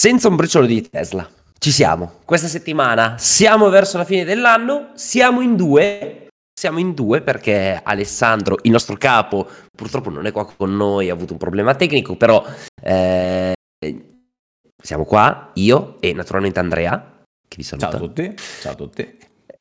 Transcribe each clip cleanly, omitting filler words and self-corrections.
Senza un briciolo di Tesla. Ci siamo. Questa settimana siamo verso la fine dell'anno, siamo in due. Siamo in due perché Alessandro, il nostro capo, purtroppo non è qua con noi, ha avuto un problema tecnico, però siamo qua, io e naturalmente Andrea, che vi saluta. Ciao a tutti.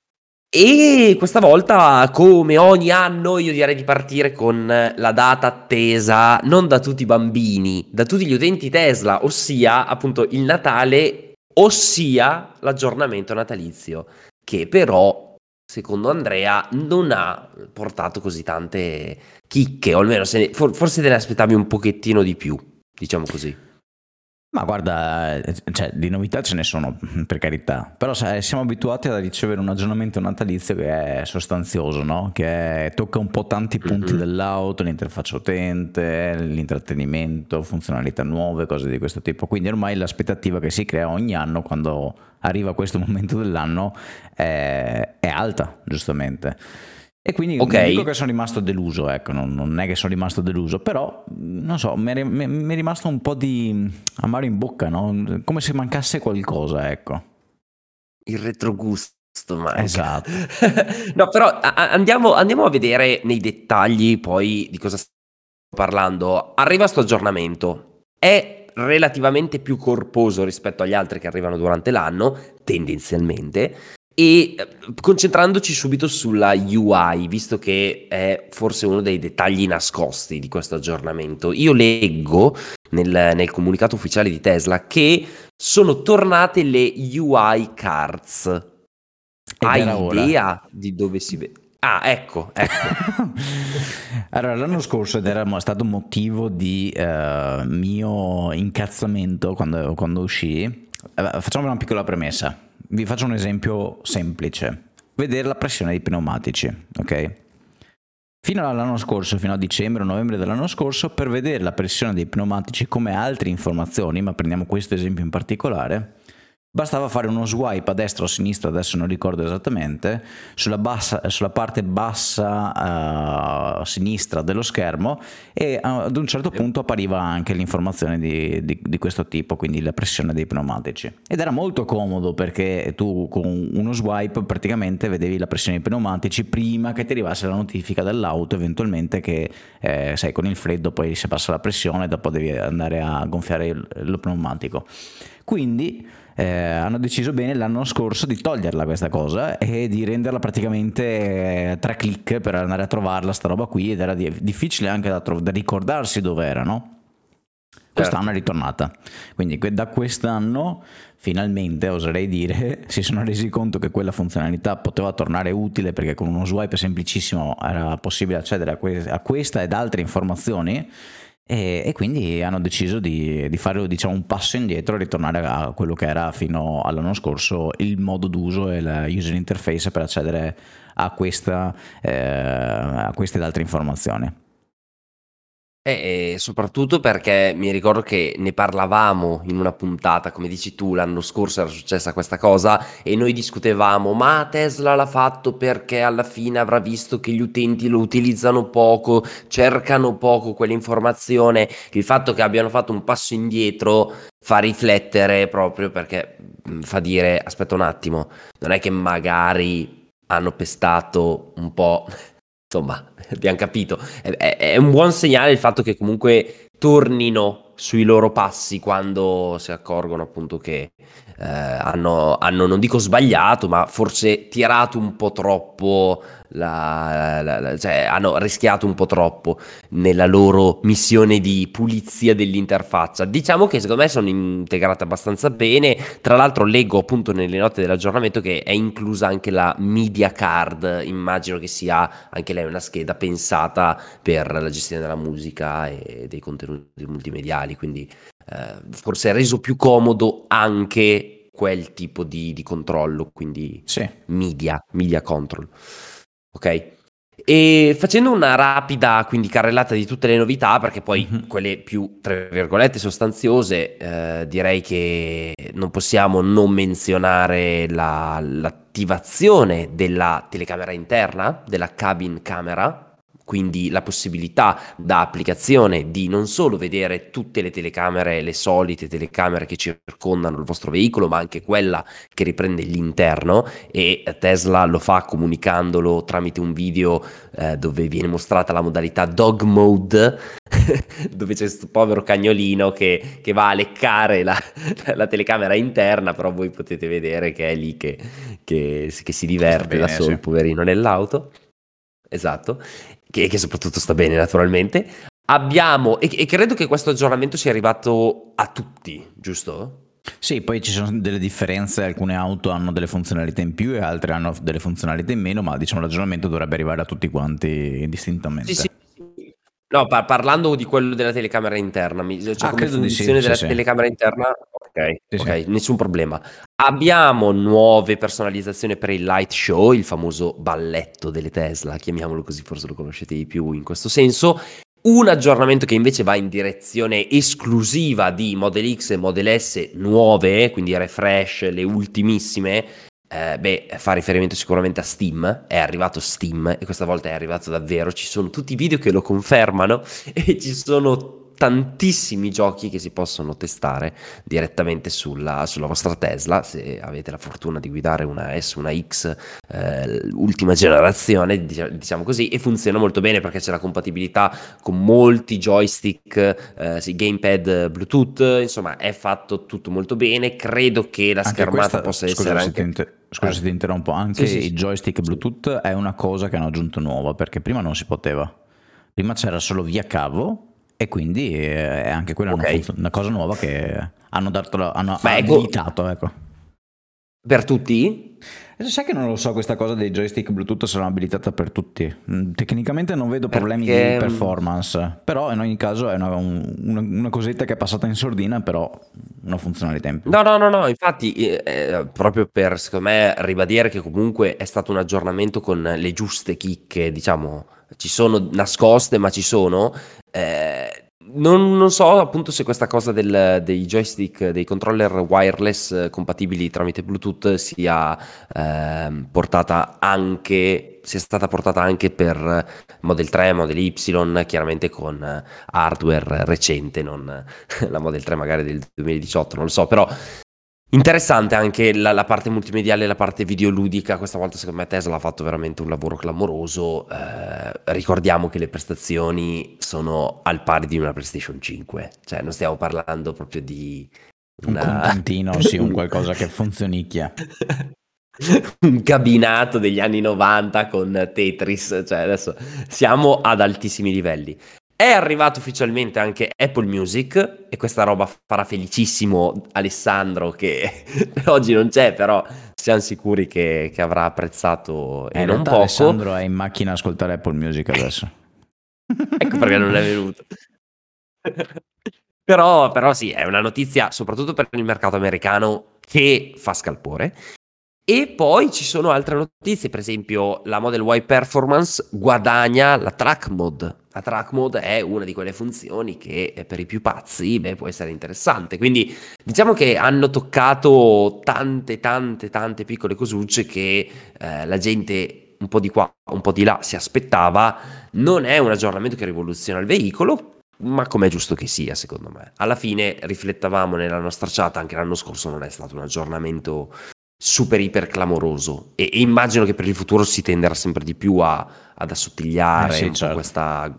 E questa volta, come ogni anno, io direi di partire con la data attesa, non da tutti i bambini, da tutti gli utenti Tesla, ossia appunto il Natale, ossia l'aggiornamento natalizio, che però, secondo Andrea, non ha portato così tante chicche, o almeno forse te ne aspettavi un pochettino di più, diciamo così. Ma guarda, cioè, di novità ce ne sono, per carità, però siamo abituati a ricevere un aggiornamento natalizio che è sostanzioso, no? Che tocca un po' tanti punti dell'auto, l'interfaccia utente, l'intrattenimento, funzionalità nuove, cose di questo tipo. Quindi ormai l'aspettativa che si crea ogni anno quando arriva questo momento dell'anno è alta, giustamente. E quindi non dico che sono rimasto deluso, ecco, non è che sono rimasto deluso, però non so, mi è rimasto un po' di amaro in bocca, no? Come se mancasse qualcosa, ecco. Il retrogusto manca. Esatto. No, però andiamo a vedere nei dettagli poi di cosa stiamo parlando. Arriva sto aggiornamento, è relativamente più corposo rispetto agli altri che arrivano durante l'anno, tendenzialmente. E concentrandoci subito sulla UI, visto che è forse uno dei dettagli nascosti di questo aggiornamento, io leggo nel comunicato ufficiale di Tesla che sono tornate le UI cards. Hai idea di dove si vede? Ah, ecco. Allora, l'anno scorso, ed era stato motivo di mio incazzamento quando uscì, facciamo una piccola premessa. Vi faccio un esempio semplice. Vedere la pressione dei pneumatici, ok? Fino all'anno scorso, fino a dicembre o novembre dell'anno scorso, per vedere la pressione dei pneumatici come altre informazioni, ma prendiamo questo esempio in particolare, bastava fare uno swipe a destra o a sinistra, adesso non ricordo esattamente, sulla parte bassa a sinistra dello schermo, e ad un certo punto appariva anche l'informazione di questo tipo, quindi la pressione dei pneumatici. Ed era molto comodo perché tu con uno swipe praticamente vedevi la pressione dei pneumatici prima che ti arrivasse la notifica dell'auto, eventualmente che sai, con il freddo poi si passa la pressione, dopo devi andare a gonfiare lo pneumatico. Quindi hanno deciso bene l'anno scorso di toglierla questa cosa e di renderla praticamente 3 click per andare a trovarla sta roba qui, ed era difficile anche da ricordarsi dove era, no? Quest'anno è ritornata, quindi da quest'anno finalmente, oserei dire, si sono resi conto che quella funzionalità poteva tornare utile, perché con uno swipe semplicissimo era possibile accedere a questa ed altre informazioni. E quindi hanno deciso di fare, diciamo, un passo indietro e ritornare a quello che era fino all'anno scorso il modo d'uso e la user interface per accedere a queste ed altre informazioni. E soprattutto perché mi ricordo che ne parlavamo in una puntata, come dici tu, l'anno scorso era successa questa cosa e noi discutevamo, ma Tesla l'ha fatto perché alla fine avrà visto che gli utenti lo utilizzano poco, cercano poco quell'informazione. Il fatto che abbiano fatto un passo indietro fa riflettere, proprio perché fa dire, aspetta un attimo, non è che magari hanno pestato un po'. Insomma, abbiamo capito. È un buon segnale il fatto che comunque tornino sui loro passi quando si accorgono appunto che hanno, non dico sbagliato, ma forse tirato un po' troppo, cioè hanno rischiato un po' troppo nella loro missione di pulizia dell'interfaccia. Diciamo che secondo me sono integrate abbastanza bene. Tra l'altro leggo appunto nelle note dell'aggiornamento che è inclusa anche la media card, immagino che sia anche lei una scheda pensata per la gestione della musica e dei contenuti multimediali, quindi forse è reso più comodo anche quel tipo di controllo, quindi sì. media control. Ok? E facendo una rapida quindi carrellata di tutte le novità, perché poi quelle più tra virgolette sostanziose, direi che non possiamo non menzionare l'attivazione della telecamera interna, della cabin camera, quindi la possibilità da applicazione di non solo vedere tutte le telecamere, le solite telecamere che circondano il vostro veicolo, ma anche quella che riprende l'interno, e Tesla lo fa comunicandolo tramite un video dove viene mostrata la modalità dog mode, dove c'è questo povero cagnolino che va a leccare la telecamera interna, però voi potete vedere che è lì che si Che sta diverte da bene, solo, sì. il poverino nell'auto. Esatto, che soprattutto sta bene naturalmente. Abbiamo, e credo che questo aggiornamento sia arrivato a tutti, giusto? Sì, poi ci sono delle differenze, alcune auto hanno delle funzionalità in più e altre hanno delle funzionalità in meno, ma diciamo l'aggiornamento dovrebbe arrivare a tutti quanti Sì, sì. distintamente. No, parlando di quello della telecamera interna, cioè Ah, come credo di sì, funzione sì, della sì. telecamera interna, ok, Sì, sì. ok, nessun problema. Abbiamo nuove personalizzazioni per il Light Show, il famoso balletto delle Tesla, chiamiamolo così, forse lo conoscete di più in questo senso. Un aggiornamento che invece va in direzione esclusiva di Model X e Model S nuove, quindi refresh, le ultimissime. Fa riferimento sicuramente a Steam, è arrivato Steam e questa volta è arrivato davvero, ci sono tutti i video che lo confermano e ci sono tantissimi giochi che si possono testare direttamente sulla vostra Tesla, se avete la fortuna di guidare una S, una X, ultima generazione, diciamo così, e funziona molto bene perché c'è la compatibilità con molti joystick, sì, gamepad Bluetooth, insomma è fatto tutto molto bene, credo che la Anche schermata questa, possa scusa essere se ti, anche... scusa se ti interrompo, anche Sì, sì, i sì, joystick sì. Bluetooth è una cosa che hanno aggiunto nuova, perché prima non si poteva. Prima c'era solo via cavo e quindi è anche quella Ok, una cosa nuova che hanno, dato, hanno ma ecco, abilitato, ecco. per tutti? Sai che non lo so questa cosa dei joystick Bluetooth se sono abilitata per tutti. Tecnicamente non vedo problemi di Perché... performance, però in ogni caso è una cosetta che è passata in sordina, però una funzionalità in più. No, no, no, no, infatti, proprio per, secondo me, ribadire che comunque è stato un aggiornamento con le giuste chicche, diciamo, ci sono nascoste, ma ci sono. Non so appunto se questa cosa dei joystick, dei controller wireless compatibili tramite Bluetooth sia stata portata anche per Model 3, Model Y, chiaramente con hardware recente, non la Model 3 magari del 2018, non lo so, però interessante anche la parte multimediale e la parte videoludica. Questa volta secondo me Tesla ha fatto veramente un lavoro clamoroso. Ricordiamo che le prestazioni sono al pari di una PlayStation 5, cioè non stiamo parlando proprio di Un una... contentino, sì, un un... qualcosa che funzionicchia. un cabinato degli anni 90 con Tetris, cioè adesso siamo ad altissimi livelli. È arrivato ufficialmente anche Apple Music e questa roba farà felicissimo Alessandro che oggi non c'è, però siamo sicuri che avrà apprezzato e In non realtà poco. Alessandro è in macchina a ascoltare Apple Music adesso. Ecco perché non è venuto. Però sì, è una notizia soprattutto per il mercato americano che fa scalpore. E poi ci sono altre notizie, per esempio la Model Y Performance guadagna la Track Mode. La Track Mode è una di quelle funzioni che per i più pazzi, può essere interessante. Quindi diciamo che hanno toccato tante piccole cosucce che la gente un po' di qua, un po' di là si aspettava. Non è un aggiornamento che rivoluziona il veicolo, ma com'è giusto che sia, secondo me. Alla fine riflettavamo nella nostra chat, anche l'anno scorso non è stato un aggiornamento super iper clamoroso e immagino che per il futuro si tenderà sempre di più ad assottigliare Sì, un po' certo. questa...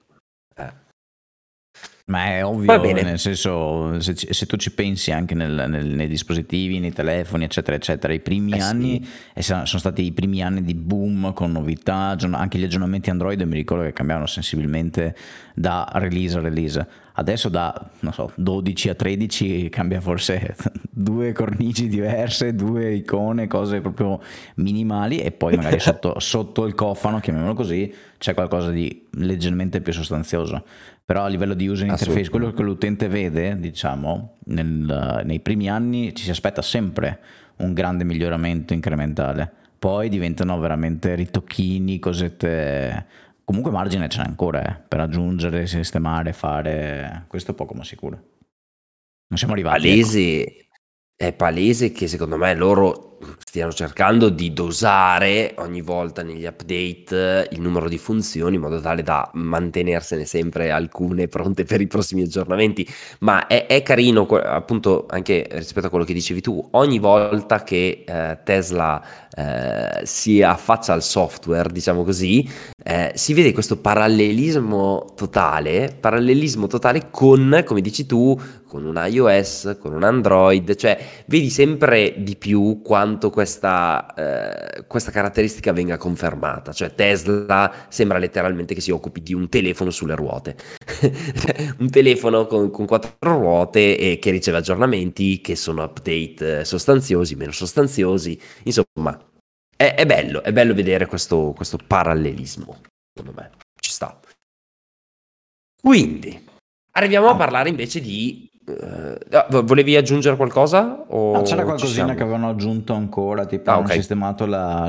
Ma è Va ovvio, bene. nel senso, se tu ci pensi anche nei dispositivi, nei telefoni, eccetera, eccetera, i primi Eh sì. anni sono stati i primi anni di boom con novità, anche gli aggiornamenti Android mi ricordo che cambiavano sensibilmente da release a release. Adesso da, non so, 12 a 13 cambia forse due cornici diverse, due icone, cose proprio minimali e poi magari sotto il cofano, chiamiamolo così, c'è qualcosa di leggermente più sostanzioso. Però a livello di user interface, quello che Assolutamente. l'utente vede, diciamo, nei primi anni ci si aspetta sempre un grande miglioramento incrementale. Poi diventano veramente ritocchini, cosette. Comunque margine c'è ancora, per aggiungere, sistemare, fare. Questo è poco ma sicuro. Non siamo arrivati, ecco. Palese, è palese che secondo me loro stiano cercando di dosare ogni volta negli update il numero di funzioni in modo tale da mantenersene sempre alcune pronte per i prossimi aggiornamenti. Ma è carino, appunto, anche rispetto a quello che dicevi tu, ogni volta che Tesla si affaccia al software, diciamo così, si vede questo parallelismo totale con, come dici tu, con un iOS, con un Android, cioè vedi sempre di più quanto questa caratteristica venga confermata, cioè Tesla sembra letteralmente che si occupi di un telefono sulle ruote, un telefono con quattro ruote e che riceve aggiornamenti che sono update sostanziosi, meno sostanziosi, insomma è bello vedere questo parallelismo, secondo me, ci sta. Quindi, arriviamo a Ah, parlare invece di... volevi aggiungere qualcosa no, c'era o ci qualcosina che siamo? avevano aggiunto ancora, tipo Ah, hanno ok. sistemato,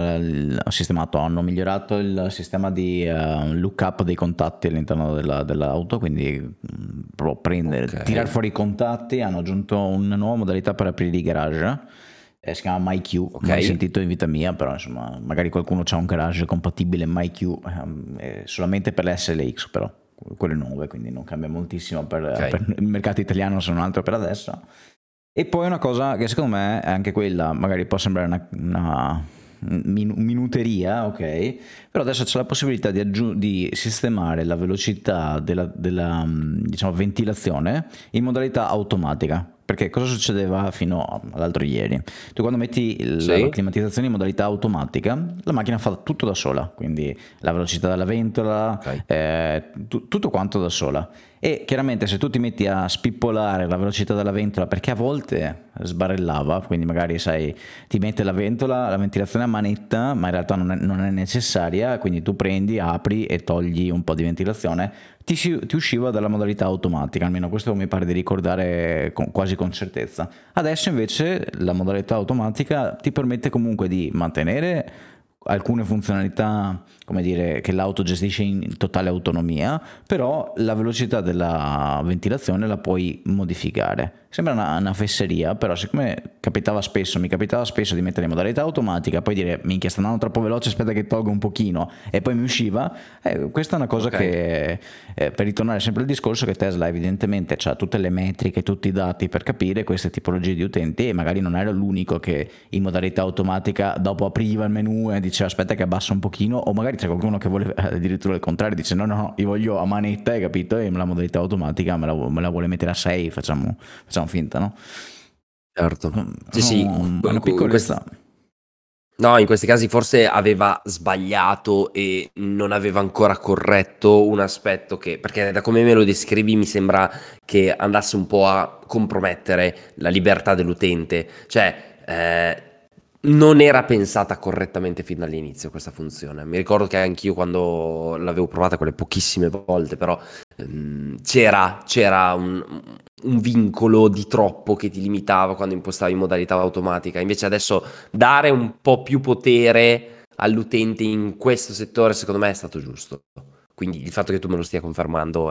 hanno migliorato il sistema di lookup dei contatti all'interno dell'auto, quindi proprio Ok. prendere, tirar fuori i contatti, hanno aggiunto una nuova modalità per aprire i garage, si chiama MyQ, Ok. mai sentito in vita mia, però insomma magari qualcuno ha un garage compatibile MyQ, solamente per le SLX però, quelle nuove, quindi non cambia moltissimo Ok. per il mercato italiano, se non altro per adesso. E poi una cosa che secondo me è anche quella, magari può sembrare una minuteria, ok? Però adesso c'è la possibilità di sistemare la velocità diciamo, ventilazione in modalità automatica. Perché cosa succedeva fino all'altro ieri? Tu quando metti la Sì. climatizzazione in modalità automatica, la macchina fa tutto da sola, quindi la velocità della ventola, Ok. tutto quanto da sola. E chiaramente se tu ti metti a spippolare la velocità della ventola, perché a volte sbarellava, quindi magari sai, ti mette la ventola, la ventilazione a manetta, ma in realtà non è necessaria, quindi tu prendi, apri e togli un po' di ventilazione, ti usciva dalla modalità automatica, almeno questo mi pare di ricordare quasi con certezza. Adesso invece la modalità automatica ti permette comunque di mantenere alcune funzionalità, come dire, che l'auto gestisce in totale autonomia, però la velocità della ventilazione la puoi modificare. Sembra una fesseria, però siccome mi capitava spesso di mettere in modalità automatica, poi dire minchia sta andando troppo veloce, aspetta che tolgo un pochino e poi mi usciva, questa è una cosa Ok. che, per ritornare sempre al discorso, che Tesla evidentemente ha tutte le metriche, tutti i dati per capire queste tipologie di utenti e magari non era l'unico che in modalità automatica dopo apriva il menu e diceva aspetta che abbassa un pochino, o magari c'è qualcuno che vuole addirittura il contrario, dice no, io voglio a manetta, hai capito, e la modalità automatica me la vuole mettere a 6, facciamo finta, no? Certo. Sì, sì, È una piccolezza. no, in questi casi forse aveva sbagliato e non aveva ancora corretto un aspetto che, perché da come me lo descrivi mi sembra che andasse un po' a compromettere la libertà dell'utente, cioè non era pensata correttamente fin dall'inizio questa funzione. Mi ricordo che anch'io quando l'avevo provata quelle pochissime volte, però c'era un vincolo di troppo che ti limitava quando impostavi in modalità automatica. Invece adesso dare un po' più potere all'utente in questo settore, secondo me, è stato giusto. Quindi il fatto che tu me lo stia confermando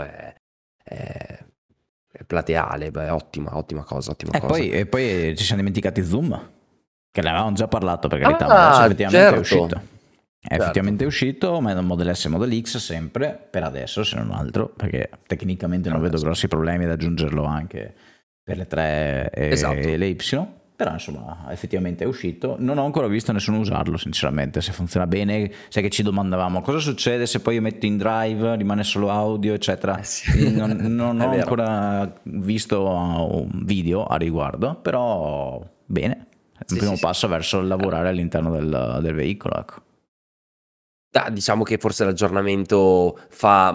è plateale, beh, ottima cosa, ottima cosa. E poi ci siamo dimenticati Zoom, che ne avevamo già parlato per carità, ma adesso Ah, effettivamente è uscito. certo, È certo. effettivamente uscito, ma è un Model S e Model X sempre, per adesso se non altro, perché tecnicamente Per non vedo adesso. grossi problemi ad aggiungerlo anche per le 3 e Esatto. le Y, però insomma effettivamente è uscito. Non ho ancora visto nessuno usarlo sinceramente, se funziona bene, sai che ci domandavamo cosa succede se poi io metto in drive, rimane solo audio eccetera. Eh sì, Non è ho vero. ancora visto un video a riguardo, però bene, è un Sì, sì, primo sì. passo verso il lavorare all'interno del veicolo, ecco. Diciamo che forse l'aggiornamento fa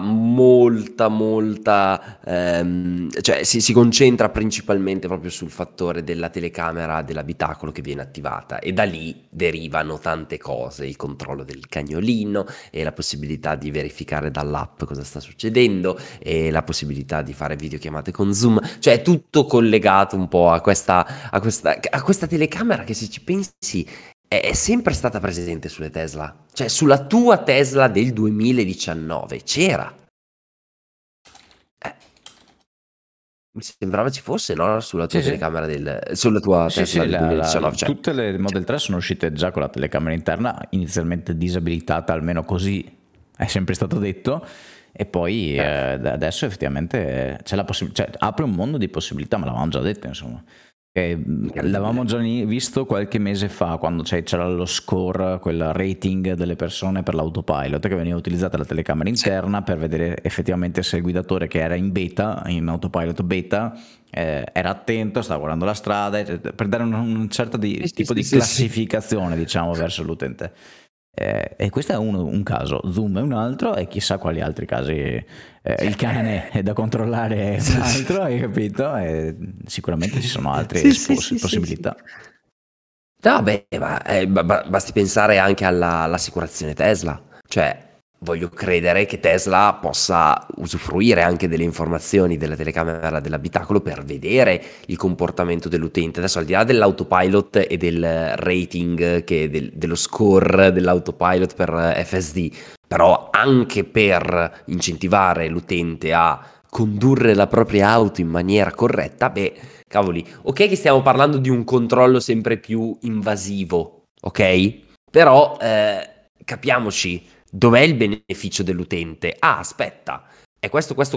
molta, cioè si concentra principalmente proprio sul fattore della telecamera dell'abitacolo che viene attivata e da lì derivano tante cose, il controllo del cagnolino e la possibilità di verificare dall'app cosa sta succedendo e la possibilità di fare videochiamate con Zoom, cioè è tutto collegato un po' a questa telecamera che se ci pensi è sempre stata presente sulle Tesla. Cioè, sulla tua Tesla del 2019 c'era. Eh, Mi sembrava ci fosse, no, sulla tua Sì, sì. telecamera sulla tua Sì, Tesla sì, del 2019, cioè tutte le Model 3 sono uscite già con la telecamera interna, inizialmente disabilitata, almeno così è sempre stato detto, e poi eh, adesso effettivamente c'è la possibilità, cioè apre un mondo di possibilità, ma l'avevamo già detto, insomma. L'avevamo incredibile. già visto qualche mese fa quando c'era lo score, quel rating delle persone per l'autopilot, che veniva utilizzata la telecamera Sì. interna per vedere effettivamente se il guidatore che era in beta, in autopilot beta, era attento, stava guardando la strada, per dare un certo Sì, sì, tipo sì, di sì, sì. classificazione, diciamo, verso l'utente. E questo è un caso, Zoom è un altro, e chissà quali altri casi. Il cane è da controllare è un Sì, sì. altro, hai capito? E sicuramente ci sono altre Sì, sì, sì, sì, sì. possibilità. No, beh, ma basti pensare anche all'assicurazione Tesla. Cioè, voglio credere che Tesla possa usufruire anche delle informazioni della telecamera dell'abitacolo per vedere il comportamento dell'utente. Adesso, al di là dell'autopilot e del rating, dello score dell'autopilot per FSD, però anche per incentivare l'utente a condurre la propria auto in maniera corretta, beh, cavoli, ok che stiamo parlando di un controllo sempre più invasivo, ok? Però capiamoci, dov'è il beneficio dell'utente? Ah, aspetta, è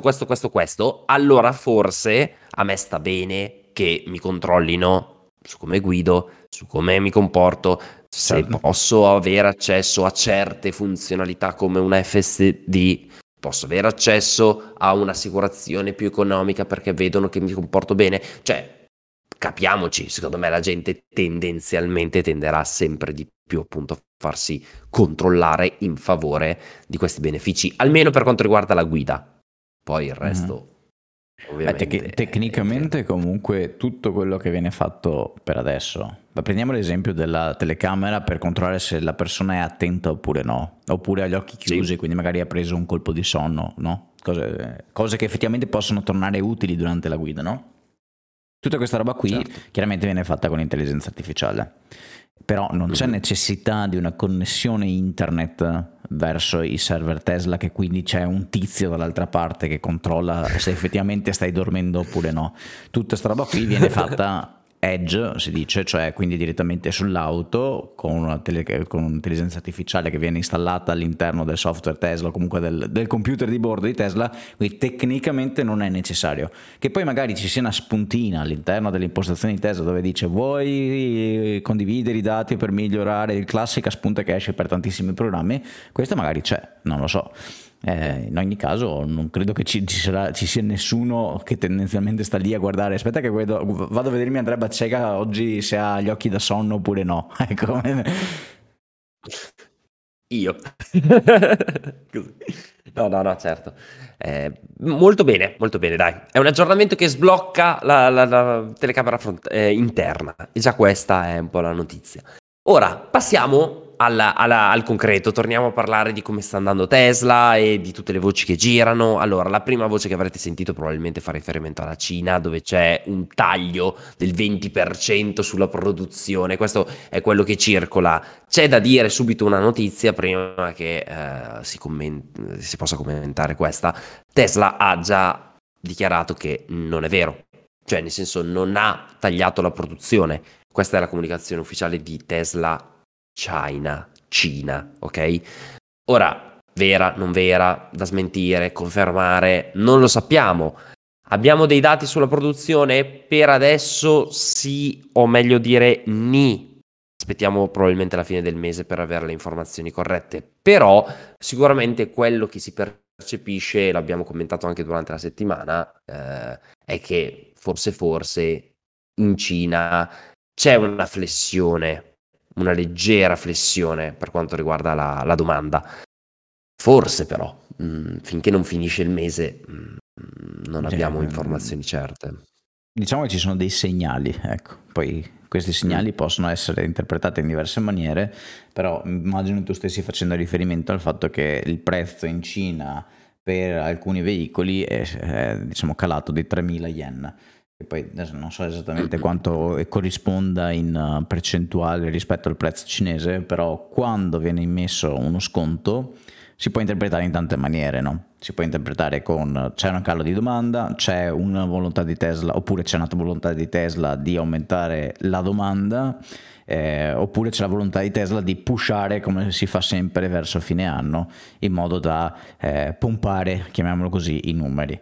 questo, allora forse a me sta bene che mi controllino su come guido, su come mi comporto, se Certo. posso avere accesso a certe funzionalità come una FSD, posso avere accesso a un'assicurazione più economica perché vedono che mi comporto bene. Cioè, capiamoci, secondo me la gente tendenzialmente tenderà sempre di più appunto a farsi controllare in favore di questi benefici, almeno per quanto riguarda la guida. Poi il Mhm. resto, ovviamente, entriamo. Tecnicamente comunque tutto quello che viene fatto per adesso, ma prendiamo l'esempio della telecamera per controllare se la persona è attenta oppure no, oppure ha gli occhi chiusi, Sì, quindi magari ha preso un colpo di sonno, no? Cose che effettivamente possono tornare utili durante la guida, no? Tutta questa roba qui certo. chiaramente viene fatta con intelligenza artificiale, però non c'è Mhm. necessità di una connessione internet verso i server Tesla, che quindi c'è un tizio dall'altra parte che controlla se effettivamente stai dormendo oppure no. Tutta questa roba qui viene fatta edge, si dice, cioè quindi direttamente sull'auto con un'intelligenza artificiale che viene installata all'interno del software Tesla o comunque del computer di bordo di Tesla, quindi tecnicamente non è necessario. Che poi magari ci sia una spuntina all'interno delle impostazioni di Tesla dove dice vuoi condividere i dati per migliorare, il classica spunta che esce per tantissimi programmi, questa magari c'è, non lo so. In ogni caso non credo che ci sia nessuno che tendenzialmente sta lì a guardare, aspetta che vado a vedermi Andrea Baccega oggi se ha gli occhi da sonno oppure no. Ecco. Io. Così. No, no, no, certo. Molto bene, dai. È un aggiornamento che sblocca la telecamera interna. E già questa è un po' la notizia. Ora, passiamo al concreto. Torniamo a parlare di come sta andando Tesla e di tutte le voci che girano. Allora, la prima voce che avrete sentito probabilmente fa riferimento alla Cina, dove c'è un taglio del 20% sulla produzione. Questo è quello che circola. C'è da dire subito una notizia prima che si possa commentare questa. Tesla ha già dichiarato che non è vero, cioè nel senso non ha tagliato la produzione. Questa è la comunicazione ufficiale di Tesla Cina, ok? Ora, vera, non vera, da smentire, confermare, non lo sappiamo. Abbiamo dei dati sulla produzione? Per adesso sì, o meglio dire ni. Aspettiamo probabilmente la fine del mese per avere le informazioni corrette, però sicuramente quello che si percepisce, e l'abbiamo commentato anche durante la settimana, è che forse in Cina c'è una flessione, una leggera flessione per quanto riguarda la domanda. Forse però, finché non finisce il mese, non Cioè, abbiamo informazioni certe. diciamo che ci sono dei segnali, ecco. Poi questi Mm. segnali possono essere interpretati in diverse maniere, però immagino tu stessi facendo riferimento al fatto che il prezzo in Cina per alcuni veicoli è, diciamo, calato di 3.000 yen. E poi adesso non so Mm, esattamente mm, mm. quanto corrisponda in percentuale rispetto al prezzo cinese, però quando viene immesso uno sconto si può interpretare in tante maniere, no? Si può interpretare con c'è un calo di domanda, c'è una volontà di Tesla, oppure c'è una volontà di Tesla di aumentare la domanda, oppure c'è la volontà di Tesla di pushare come si fa sempre verso fine anno, in modo da pompare, chiamiamolo così, i numeri.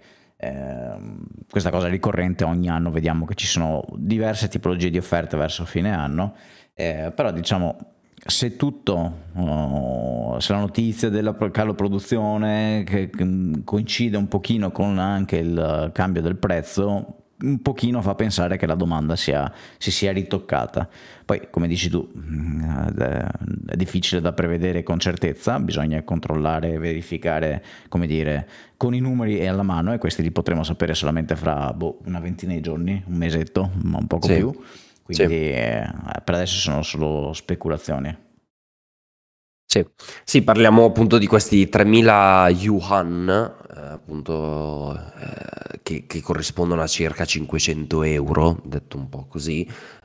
Questa cosa è ricorrente, ogni anno vediamo che ci sono diverse tipologie di offerte verso fine anno, però diciamo, se se la notizia della calo produzione che coincide un pochino con anche il cambio del prezzo, un pochino fa pensare che la domanda si sia ritoccata. Poi, come dici tu, è difficile da prevedere con certezza, bisogna controllare e verificare, come dire, con i numeri e alla mano, e questi li potremo sapere solamente fra una ventina di giorni, un mesetto, ma un poco Sì, più. sì. Quindi per adesso sono solo speculazioni. Sì. Sì, parliamo appunto di questi 3.000 yuan, appunto, che corrispondono a circa 500 euro, detto un po' così.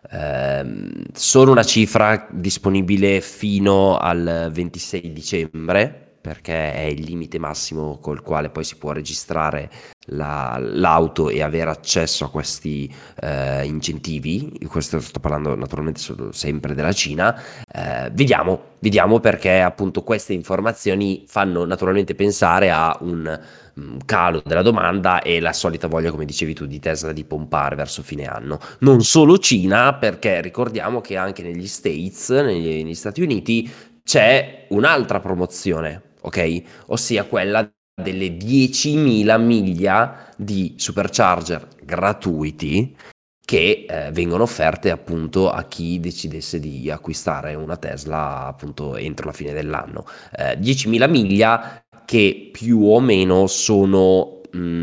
Sono una cifra disponibile fino al 26 dicembre, perché è il limite massimo col quale poi si può registrare l'auto e avere accesso a questi incentivi. Questo sto parlando naturalmente sempre della Cina. Vediamo perché appunto queste informazioni fanno naturalmente pensare a un calo della domanda e la solita voglia, come dicevi tu, di Tesla di pompare verso fine anno. Non solo Cina, perché ricordiamo che anche negli States, negli Stati Uniti, c'è un'altra promozione, ok? Ossia quella delle 10.000 miglia di supercharger gratuiti che vengono offerte appunto a chi decidesse di acquistare una Tesla appunto entro la fine dell'anno. 10.000 miglia che più o meno sono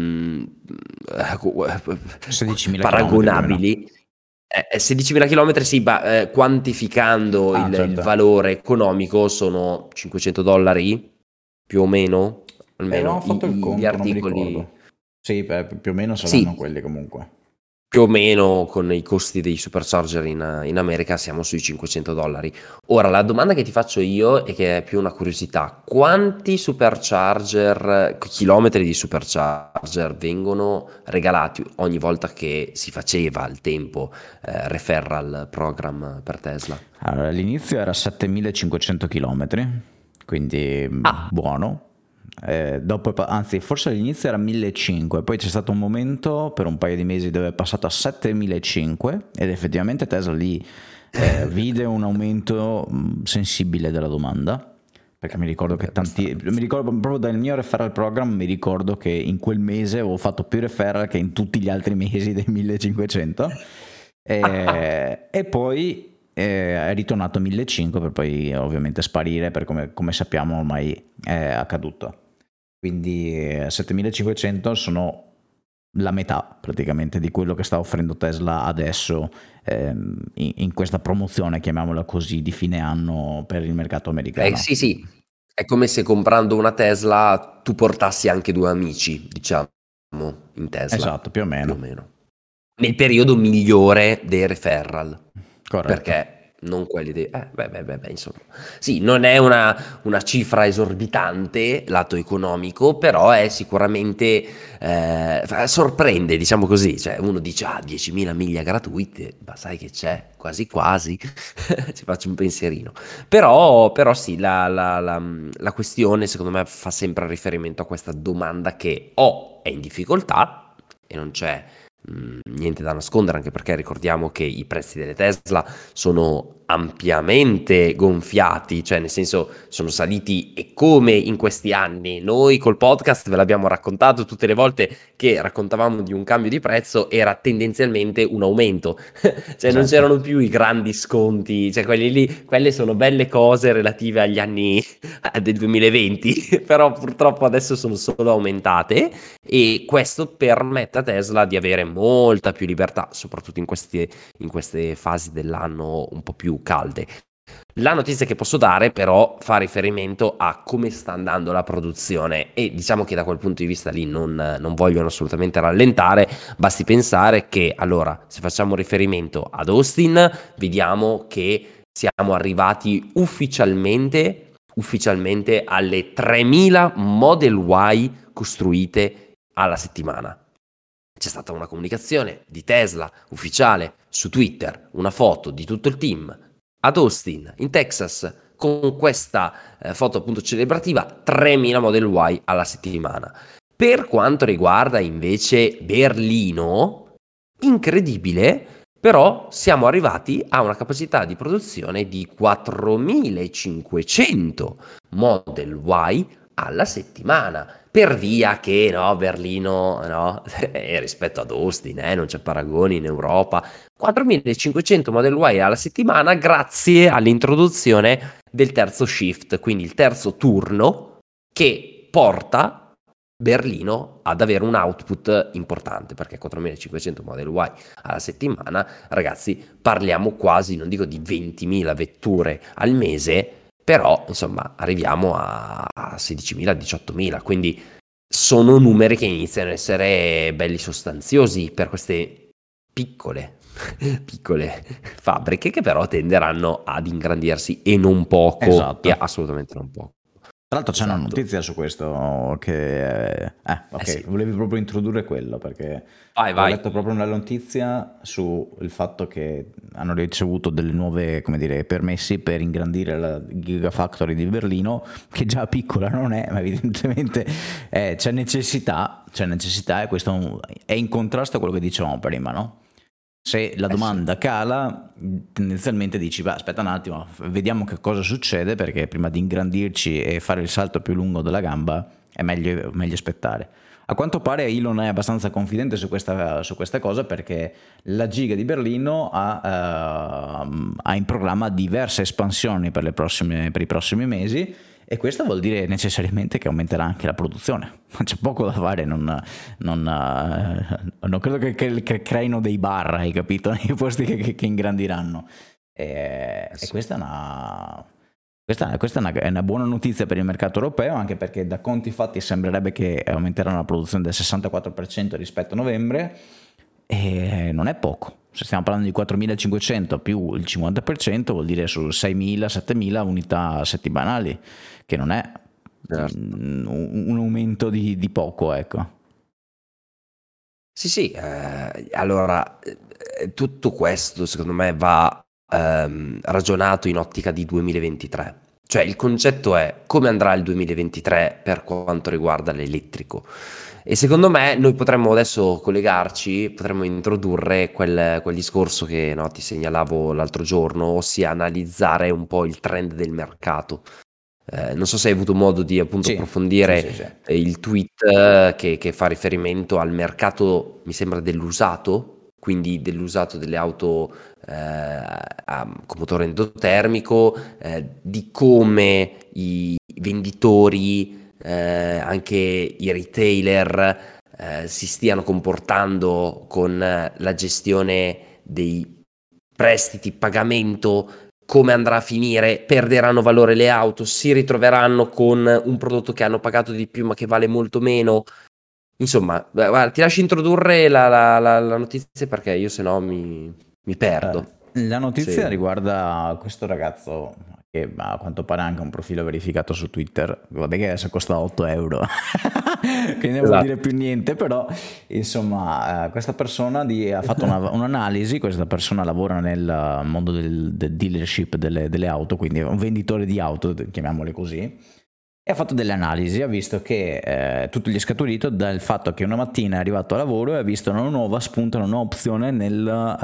16.000 chilometri più o meno. paragonabili. 16.000 chilometri, sì, quantificando Ah, il certo. valore economico sono $500 più o meno, Avevamo almeno fatto il gli conto, non mi articoli. ricordo. Sì, più o meno saranno Sì, quelli comunque. più o meno con i costi dei supercharger in America siamo sui $500. Ora, la domanda che ti faccio io e che è più una curiosità: quanti supercharger, chilometri di supercharger vengono regalati ogni volta che si faceva al tempo referral program per Tesla? Allora, all'inizio era 7.500 chilometri, quindi Ah, buono. Anzi, forse all'inizio era 1.500, poi c'è stato un momento per un paio di mesi dove è passato a 7.500 ed effettivamente Tesla lì vide un aumento sensibile della domanda. Perché mi ricordo che mi ricordo proprio dal mio referral program, mi ricordo che in quel mese avevo fatto più referral che in tutti gli altri mesi dei 1.500. E poi è ritornato a 1.500 per poi ovviamente sparire, per come sappiamo ormai è accaduto. Quindi 7.500 sono la metà praticamente di quello che sta offrendo Tesla adesso in questa promozione, chiamiamola così, di fine anno per il mercato americano. sì, sì, è come se comprando una Tesla tu portassi anche due amici, diciamo, in Tesla, Esatto, più o più o meno. meno. Nel periodo migliore dei referral, Corretto. perché non quelli dei... insomma. Sì, non è una cifra esorbitante, lato economico, però è sicuramente... sorprende, diciamo così. Cioè, uno dice, 10.000 miglia gratuite, ma sai che c'è? Quasi quasi. Ci faccio un pensierino. Però sì, la questione secondo me fa sempre riferimento a questa domanda che o è in difficoltà e non c'è niente da nascondere, anche perché ricordiamo che i prezzi delle Tesla sono ampiamente gonfiati, cioè nel senso sono saliti, e come in questi anni noi col podcast ve l'abbiamo raccontato tutte le volte che raccontavamo di un cambio di prezzo, era tendenzialmente un aumento. Cioè non Esatto. c'erano più i grandi sconti, cioè quelli lì, quelle sono belle cose relative agli anni del 2020, però purtroppo adesso sono solo aumentate, e questo permette a Tesla di avere molta più libertà, soprattutto in queste fasi dell'anno un po' più calde. La notizia che posso dare però fa riferimento a come sta andando la produzione, e diciamo che da quel punto di vista lì non vogliono assolutamente rallentare. Basti pensare che, allora, se facciamo riferimento ad Austin, vediamo che siamo arrivati ufficialmente ufficialmente alle 3000 Model Y costruite alla settimana. C'è stata una comunicazione di Tesla ufficiale su Twitter, una foto di tutto il team ad Austin, in Texas, con questa foto appunto celebrativa, 3000 Model Y alla settimana. Per quanto riguarda invece Berlino, incredibile, però siamo arrivati a una capacità di produzione di 4500 Model Y alla settimana, per via che no, Berlino no, rispetto ad Austin non c'è paragoni in Europa. 4500 Model Y alla settimana grazie all'introduzione del terzo shift, quindi il terzo turno che porta Berlino ad avere un output importante, perché 4500 Model Y alla settimana, ragazzi, parliamo quasi, non dico di 20.000 vetture al mese, però insomma arriviamo a 16.000, 18.000, quindi sono numeri che iniziano ad essere belli sostanziosi per queste piccole fabbriche, che però tenderanno ad ingrandirsi, e non poco, Esatto. e assolutamente non poco. Tra l'altro c'è una Esatto. notizia su questo che... ok, Sì. volevi proprio introdurre quello perché ho Vai. letto proprio una notizia sul fatto che hanno ricevuto delle nuove, come dire, permessi per ingrandire la Gigafactory di Berlino, che già piccola non è, ma evidentemente c'è necessità, e questo è in contrasto a quello che dicevamo prima, no? Se la domanda cala, tendenzialmente dici, beh, aspetta un attimo, vediamo che cosa succede, perché prima di ingrandirci e fare il salto più lungo della gamba è meglio aspettare. A quanto pare Elon è abbastanza confidente su questa cosa, perché la Giga di Berlino ha in programma diverse espansioni per i prossimi mesi, e questo vuol dire necessariamente che aumenterà anche la produzione. C'è poco da fare, non credo che creino dei bar, hai capito, nei posti che ingrandiranno. E questa è una buona notizia per il mercato europeo, anche perché da conti fatti sembrerebbe che aumenteranno la produzione del 64% rispetto a novembre, e non è poco. Se stiamo parlando di 4.500 più il 50%, vuol dire su 6.000-7.000 unità settimanali, che non è un aumento di poco, ecco. Sì, allora tutto questo secondo me va ragionato in ottica di 2023. Cioè il concetto è: come andrà il 2023 per quanto riguarda l'elettrico? E secondo me noi potremmo adesso collegarci, potremmo introdurre quel discorso che no, ti segnalavo l'altro giorno, ossia analizzare un po' il trend del mercato. Non so se hai avuto modo di appunto Sì. approfondire il tweet che fa riferimento al mercato, mi sembra, dell'usato, quindi dell'usato delle auto con motore endotermico, di come i venditori, anche i retailer si stiano comportando con la gestione dei prestiti, pagamento, come andrà a finire, perderanno valore le auto, si ritroveranno con un prodotto che hanno pagato di più ma che vale molto meno. Insomma, guarda, ti lascio introdurre la notizia, perché io se no mi perdo. La notizia Sì. riguarda questo ragazzo che a quanto pare ha anche un profilo verificato su Twitter. Vabbè che adesso costa 8 euro, quindi non vuol dire più niente, però insomma questa persona ha fatto un'analisi. Questa persona lavora nel mondo del dealership delle auto, quindi è un venditore di auto, chiamiamole così. E ha fatto delle analisi, ha visto che tutto gli è scaturito dal fatto che una mattina è arrivato a lavoro e ha visto una nuova spunta, una nuova opzione nel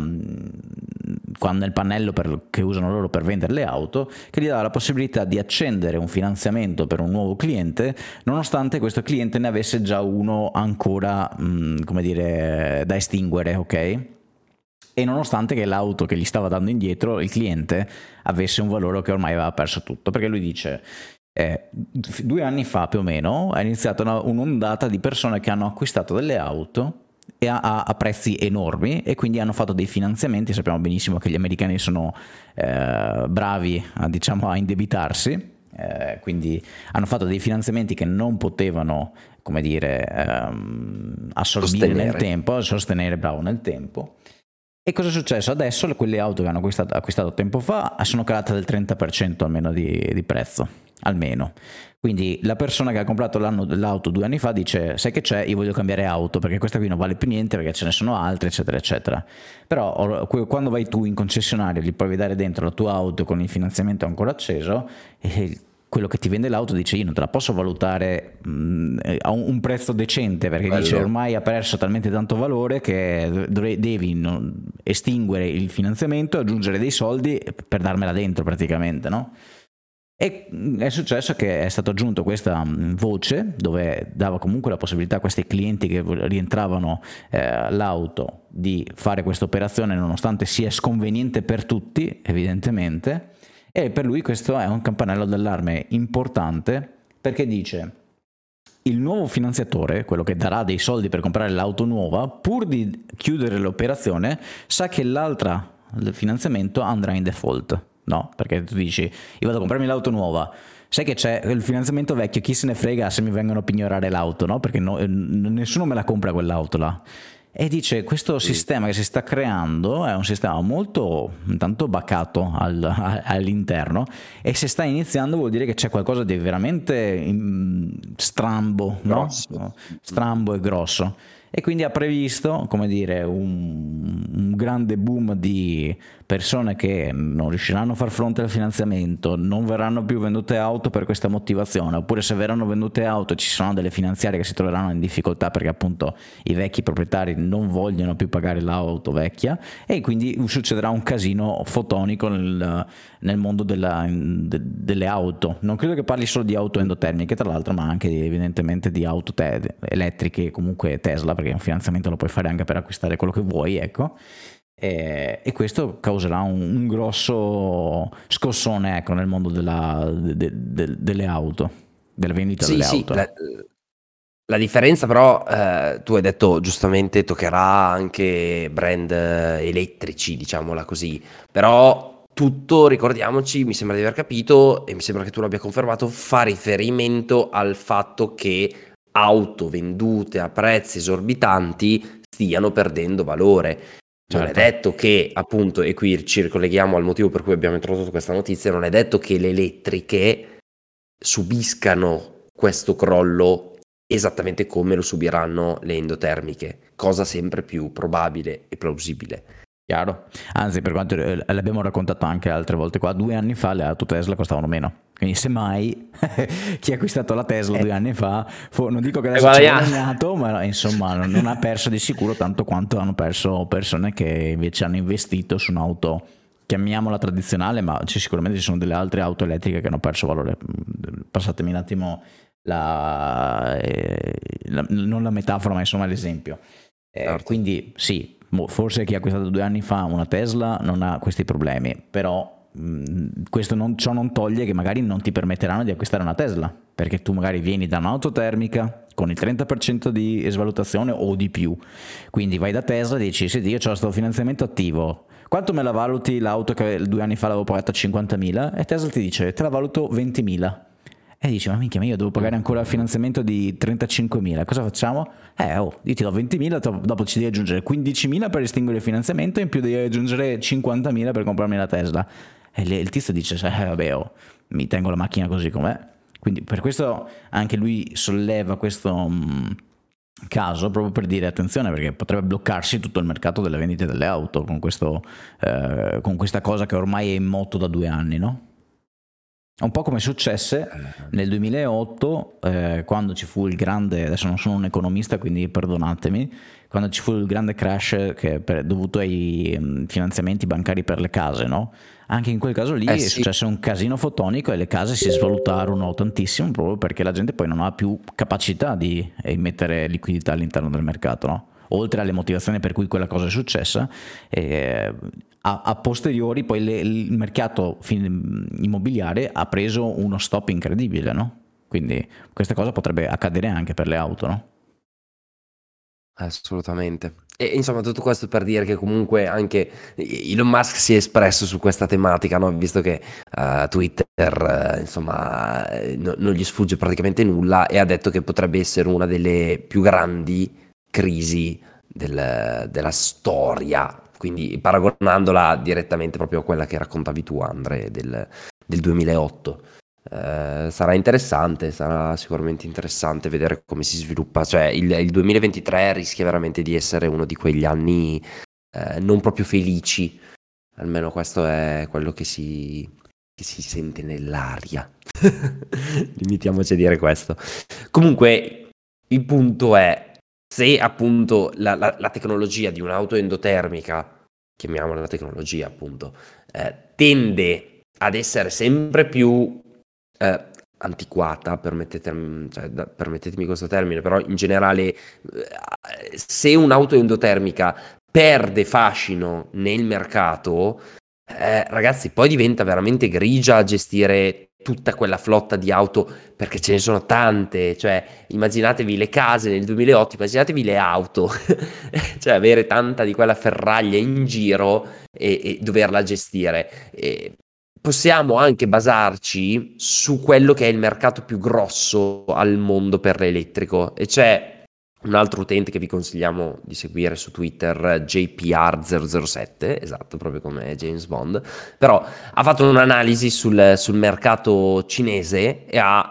pannello che usano loro per vendere le auto, che gli dà la possibilità di accendere un finanziamento per un nuovo cliente, nonostante questo cliente ne avesse già uno ancora, come dire, da estinguere, ok? E nonostante che l'auto che gli stava dando indietro, il cliente, avesse un valore che ormai aveva perso tutto, perché lui dice... 2 anni fa più o meno è iniziata un'ondata di persone che hanno acquistato delle auto e a prezzi enormi, e quindi hanno fatto dei finanziamenti. Sappiamo benissimo che gli americani sono bravi a indebitarsi, quindi hanno fatto dei finanziamenti che non potevano, come dire, assorbire nel tempo, sostenere nel tempo. E cosa è successo? Adesso quelle auto che hanno acquistato tempo fa sono calate del 30% almeno di prezzo. almeno. Quindi la persona che ha comprato l'auto 2 anni fa dice: sai che c'è, io voglio cambiare auto perché questa qui non vale più niente, perché ce ne sono altre, eccetera eccetera. Però quando vai tu in concessionario gli provi a dare dentro la tua auto con il finanziamento ancora acceso, e quello che ti vende l'auto dice: io non te la posso valutare a un prezzo decente, perché dice Quello. ormai ha perso talmente tanto valore che devi estinguere il finanziamento, aggiungere dei soldi per darmela dentro praticamente, no? E è successo che è stato aggiunto questa voce dove dava comunque la possibilità a questi clienti che rientravano all'auto di fare questa operazione, nonostante sia sconveniente per tutti, evidentemente. E per lui questo è un campanello d'allarme importante, perché dice: il nuovo finanziatore, quello che darà dei soldi per comprare l'auto nuova, pur di chiudere l'operazione, sa che il finanziamento andrà in default. No, perché tu dici: io vado a comprarmi l'auto nuova, sai che c'è il finanziamento vecchio, chi se ne frega se mi vengono a pignorare l'auto, no? Perché nessuno me la compra quell'auto là. E dice: questo sistema che si sta creando è un sistema molto intanto bacato all'interno, e se sta iniziando vuol dire che c'è qualcosa di veramente strambo, no? Grosso. Strambo e grosso. E quindi ha previsto, come dire, un grande boom di persone che non riusciranno a far fronte al finanziamento, non verranno più vendute auto per questa motivazione, oppure se verranno vendute auto ci sono delle finanziarie che si troveranno in difficoltà perché appunto i vecchi proprietari non vogliono più pagare l'auto vecchia, e quindi succederà un casino fotonico nel mondo delle auto. Non credo che parli solo di auto endotermiche, tra l'altro, ma anche evidentemente di auto elettriche, comunque Tesla, perché un finanziamento lo puoi fare anche per acquistare quello che vuoi, ecco. E questo causerà un grosso scossone, ecco, nel mondo delle auto, della vendita Sì, delle sì, auto. la differenza però, tu hai detto giustamente, toccherà anche brand elettrici, diciamola così, però tutto, ricordiamoci, mi sembra di aver capito e mi sembra che tu l'abbia confermato, fa riferimento al fatto che auto vendute a prezzi esorbitanti stiano perdendo valore. Non è Certo. detto che, appunto, e qui ci ricolleghiamo al motivo per cui abbiamo introdotto questa notizia, non è detto che le elettriche subiscano questo crollo esattamente come lo subiranno le endotermiche, cosa sempre più probabile e plausibile. Chiaro. Anzi, per quanto l'abbiamo raccontato anche altre volte qua, 2 anni fa le auto Tesla costavano meno. Quindi semmai chi ha acquistato la Tesla 2 anni fa, non dico che Hai adesso ci ha guadagnato. guadagnato, ma insomma non ha perso di sicuro tanto quanto hanno perso persone che invece hanno investito su un'auto, chiamiamola tradizionale, ma sicuramente ci sono delle altre auto elettriche che hanno perso valore. Passatemi un attimo non la metafora, ma insomma l'esempio. Certo. Quindi sì, forse chi ha acquistato 2 anni fa una Tesla non ha questi problemi, però ciò non toglie che magari non ti permetteranno di acquistare una Tesla, perché tu magari vieni da un'auto termica con il 30% di svalutazione o di più, quindi vai da Tesla e dici: sì, io ho questo finanziamento attivo, quanto me la valuti l'auto che 2 anni fa l'avevo pagata a 50.000? E Tesla ti dice: te la valuto 20.000. E dici: ma minchia, ma io devo pagare ancora il finanziamento di 35.000, cosa facciamo? Io ti do 20.000, dopo ci devi aggiungere 15.000 per estinguere il finanziamento, e in più devi aggiungere 50.000 per comprarmi la Tesla. E il tizio dice: vabbè, mi tengo la macchina così com'è. Quindi per questo anche lui solleva questo caso, proprio per dire: attenzione, perché potrebbe bloccarsi tutto il mercato delle vendite delle auto con questa cosa che ormai è in moto da 2 anni, no? Un po' come successe nel 2008, quando ci fu il grande, adesso non sono un economista quindi perdonatemi, quando ci fu il grande crash dovuto ai finanziamenti bancari per le case, no? Anche in quel caso lì è Sì, successo un casino fotonico e le case si svalutarono tantissimo, proprio perché la gente poi non ha più capacità di immettere liquidità all'interno del mercato, no? Oltre alle motivazioni per cui quella cosa è successa, a posteriori poi il mercato immobiliare ha preso uno stop incredibile, no? Quindi questa cosa potrebbe accadere anche per le auto, no? assolutamente. E insomma, tutto questo per dire che comunque anche Elon Musk si è espresso su questa tematica, no? Visto che Twitter, insomma, non gli sfugge praticamente nulla, e ha detto che potrebbe essere una delle più grandi crisi della storia, quindi paragonandola direttamente proprio a quella che raccontavi tu, Andre, del 2008. Sarà interessante, sarà sicuramente interessante vedere come si sviluppa. Cioè, il 2023 rischia veramente di essere uno di quegli anni non proprio felici. Almeno questo è quello che si sente nell'aria. Limitiamoci a dire questo. Comunque, il punto è, se appunto la tecnologia di un'auto endotermica, chiamiamola tecnologia appunto, tende ad essere sempre più antiquata, permettetemi questo termine, però in generale, se un'auto endotermica perde fascino nel mercato, ragazzi, poi diventa veramente grigia a gestire tutta quella flotta di auto perché ce ne sono tante. Cioè, immaginatevi le case nel 2008, immaginatevi le auto, cioè avere tanta di quella ferraglia in giro e doverla gestire. Possiamo anche basarci su quello che è il mercato più grosso al mondo per l'elettrico, e c'è un altro utente che vi consigliamo di seguire su Twitter, JPR007, esatto, proprio come James Bond, però ha fatto un'analisi sul mercato cinese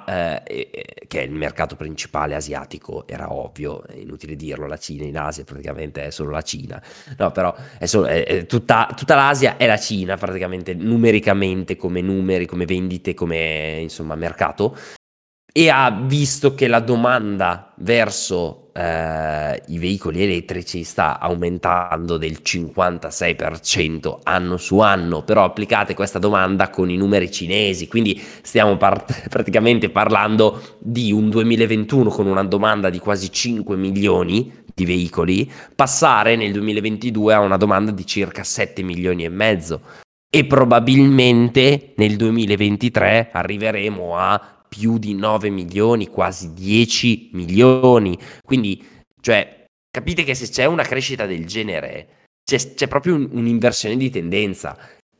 che è il mercato principale asiatico. Era ovvio, è inutile dirlo, la Cina in Asia praticamente è solo la Cina. No, però è tutta l'Asia è la Cina praticamente, numericamente, come numeri, come vendite, come insomma mercato, e ha visto che la domanda verso i veicoli elettrici sta aumentando del 56% anno su anno. Però applicate questa domanda con i numeri cinesi, quindi stiamo praticamente parlando di un 2021 con una domanda di quasi 5 milioni di veicoli, passare nel 2022 a una domanda di circa 7 milioni e mezzo, e probabilmente nel 2023 arriveremo a più di 9 milioni, quasi 10 milioni. Quindi, cioè, capite che se c'è una crescita del genere, c'è proprio un'inversione di tendenza.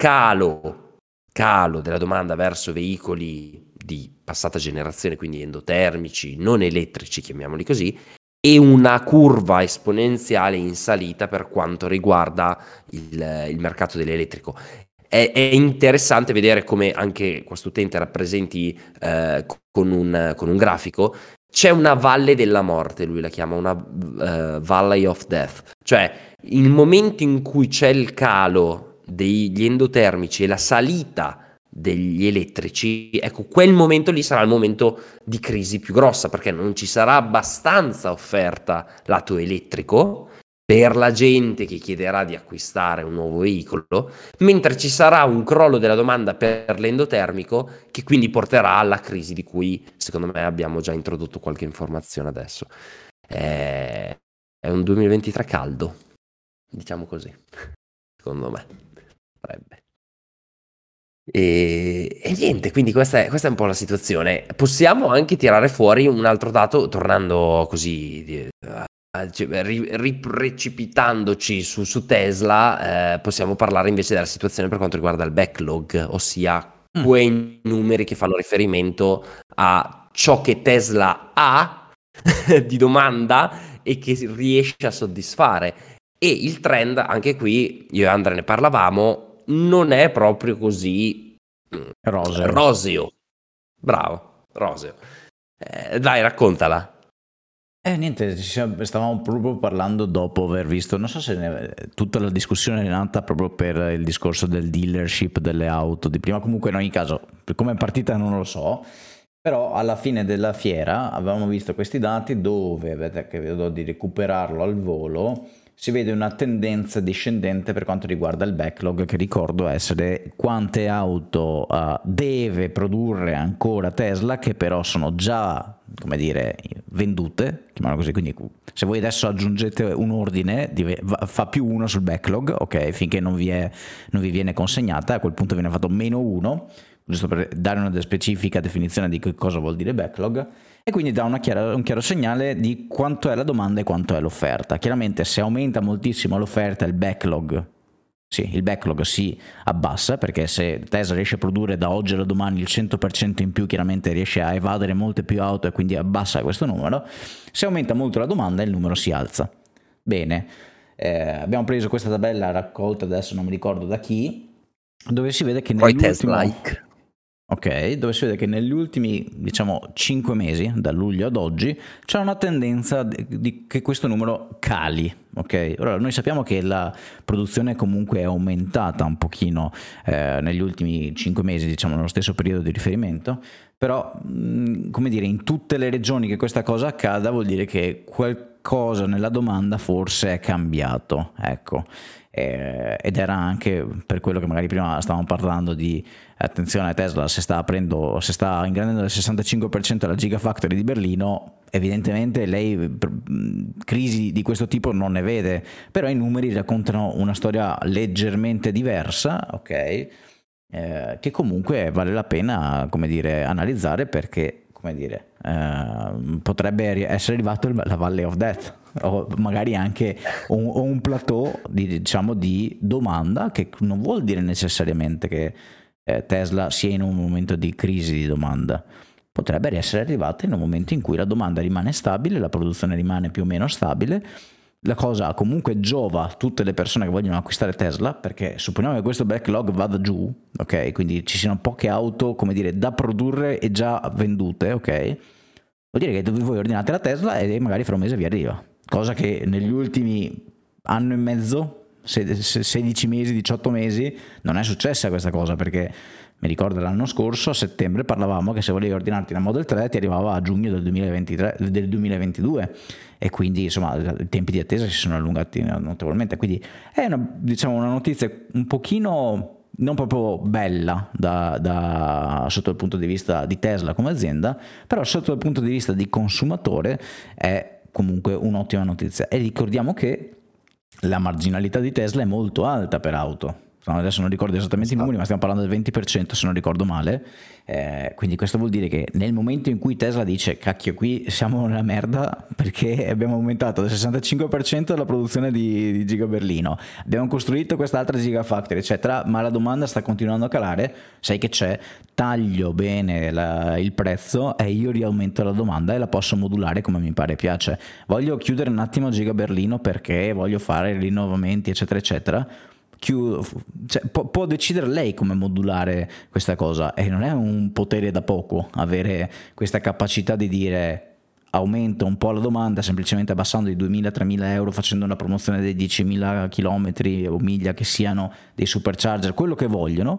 Calo della domanda verso veicoli di passata generazione, quindi endotermici, non elettrici, chiamiamoli così, e una curva esponenziale in salita per quanto riguarda il mercato dell'elettrico. È interessante vedere come anche questo utente rappresenti con un grafico. C'è una valle della morte, lui la chiama una Valley of Death, cioè il momento in cui c'è il calo degli endotermici e la salita degli elettrici, ecco, quel momento lì sarà il momento di crisi più grossa, perché non ci sarà abbastanza offerta lato elettrico per la gente che chiederà di acquistare un nuovo veicolo, mentre ci sarà un crollo della domanda per l'endotermico, che quindi porterà alla crisi di cui secondo me abbiamo già introdotto qualche informazione adesso. È un 2023 caldo, diciamo così, secondo me. Sarebbe. E niente, quindi questa è un po' la situazione. Possiamo anche tirare fuori un altro dato, tornando così, cioè, riprecipitando su Tesla, possiamo parlare invece della situazione per quanto riguarda il backlog, ossia quei numeri che fanno riferimento a ciò che Tesla ha di domanda e che riesce a soddisfare. E il trend, anche qui, io e Andrea ne parlavamo, non è proprio così Roseo. roseo. Bravo, roseo. Dai, raccontala. Niente, stavamo proprio parlando dopo aver visto, non so se tutta la discussione è nata proprio per il discorso del dealership delle auto di prima, comunque in ogni caso, per come è partita non lo so, però alla fine della fiera avevamo visto questi dati dove, vedete che vedo di recuperarlo al volo, si vede una tendenza discendente per quanto riguarda il backlog, che ricordo essere quante auto deve produrre ancora Tesla, che però sono già, come dire, vendute, chiamiamolo così. Quindi se voi adesso aggiungete un ordine, fa più uno sul backlog, ok, finché non vi viene consegnata, a quel punto viene fatto meno uno, giusto per dare una specifica definizione di che cosa vuol dire backlog, e quindi dà un chiaro segnale di quanto è la domanda e quanto è l'offerta. Chiaramente se aumenta moltissimo l'offerta, il backlog si abbassa, perché se Tesla riesce a produrre da oggi alla domani il 100% in più, chiaramente riesce a evadere molte più auto e quindi abbassa questo numero. Se aumenta molto la domanda, il numero si alza. Bene, abbiamo preso questa tabella raccolta, adesso non mi ricordo da chi, dove si vede che Roy nell'ultimo... Tesla-like. ok? Dove si vede che negli ultimi, diciamo, 5 mesi, da luglio ad oggi, c'è una tendenza che questo numero cali, ok? Ora, noi sappiamo che la produzione comunque è aumentata un pochino negli ultimi 5 mesi, diciamo, nello stesso periodo di riferimento, però, come dire, in tutte le regioni che questa cosa accada vuol dire che qualcosa nella domanda forse è cambiato, ecco. Ed era anche per quello che magari prima stavamo parlando di attenzione, Tesla se sta ingrandendo del 65% la Gigafactory di Berlino, evidentemente lei crisi di questo tipo non ne vede, però i numeri raccontano una storia leggermente diversa, ok? Che comunque vale la pena, come dire, analizzare perché, come dire, potrebbe essere arrivato la Valley of Death o magari anche un plateau di, diciamo, di domanda, che non vuol dire necessariamente che Tesla sia in un momento di crisi di domanda. Potrebbe essere arrivata in un momento in cui la domanda rimane stabile, la produzione rimane più o meno stabile, la cosa comunque giova a tutte le persone che vogliono acquistare Tesla, perché supponiamo che questo backlog vada giù, ok? Quindi ci siano poche auto, come dire, da produrre e già vendute, ok? Vuol dire che voi ordinate la Tesla e magari fra un mese vi arriva. Cosa che negli ultimi anno e mezzo, 16 mesi, 18 mesi, non è successa questa cosa, perché mi ricordo l'anno scorso, a settembre, parlavamo che se volevi ordinarti la Model 3 ti arrivava a giugno del 2022 e quindi insomma i tempi di attesa si sono allungati notevolmente, quindi è una, diciamo, una notizia un pochino non proprio bella sotto il punto di vista di Tesla come azienda, però sotto il punto di vista di consumatore è comunque un'ottima notizia. E ricordiamo che la marginalità di Tesla è molto alta per auto. Adesso non ricordo esattamente i numeri, ma stiamo parlando del 20% se non ricordo male. Quindi questo vuol dire che nel momento in cui Tesla dice cacchio, qui siamo nella merda perché abbiamo aumentato del 65% la produzione di Giga Berlino, abbiamo costruito quest'altra Gigafactory eccetera, ma la domanda sta continuando a calare, sai che c'è, taglio bene il prezzo e io riaumento la domanda e la posso modulare come mi pare e piace. Voglio chiudere un attimo Giga Berlino perché voglio fare rinnovamenti eccetera eccetera, cioè, può decidere lei come modulare questa cosa e non è un potere da poco avere questa capacità di dire aumento un po' la domanda semplicemente abbassando di 2.000-3.000 euro, facendo una promozione dei 10.000 chilometri o miglia che siano dei supercharger, quello che vogliono.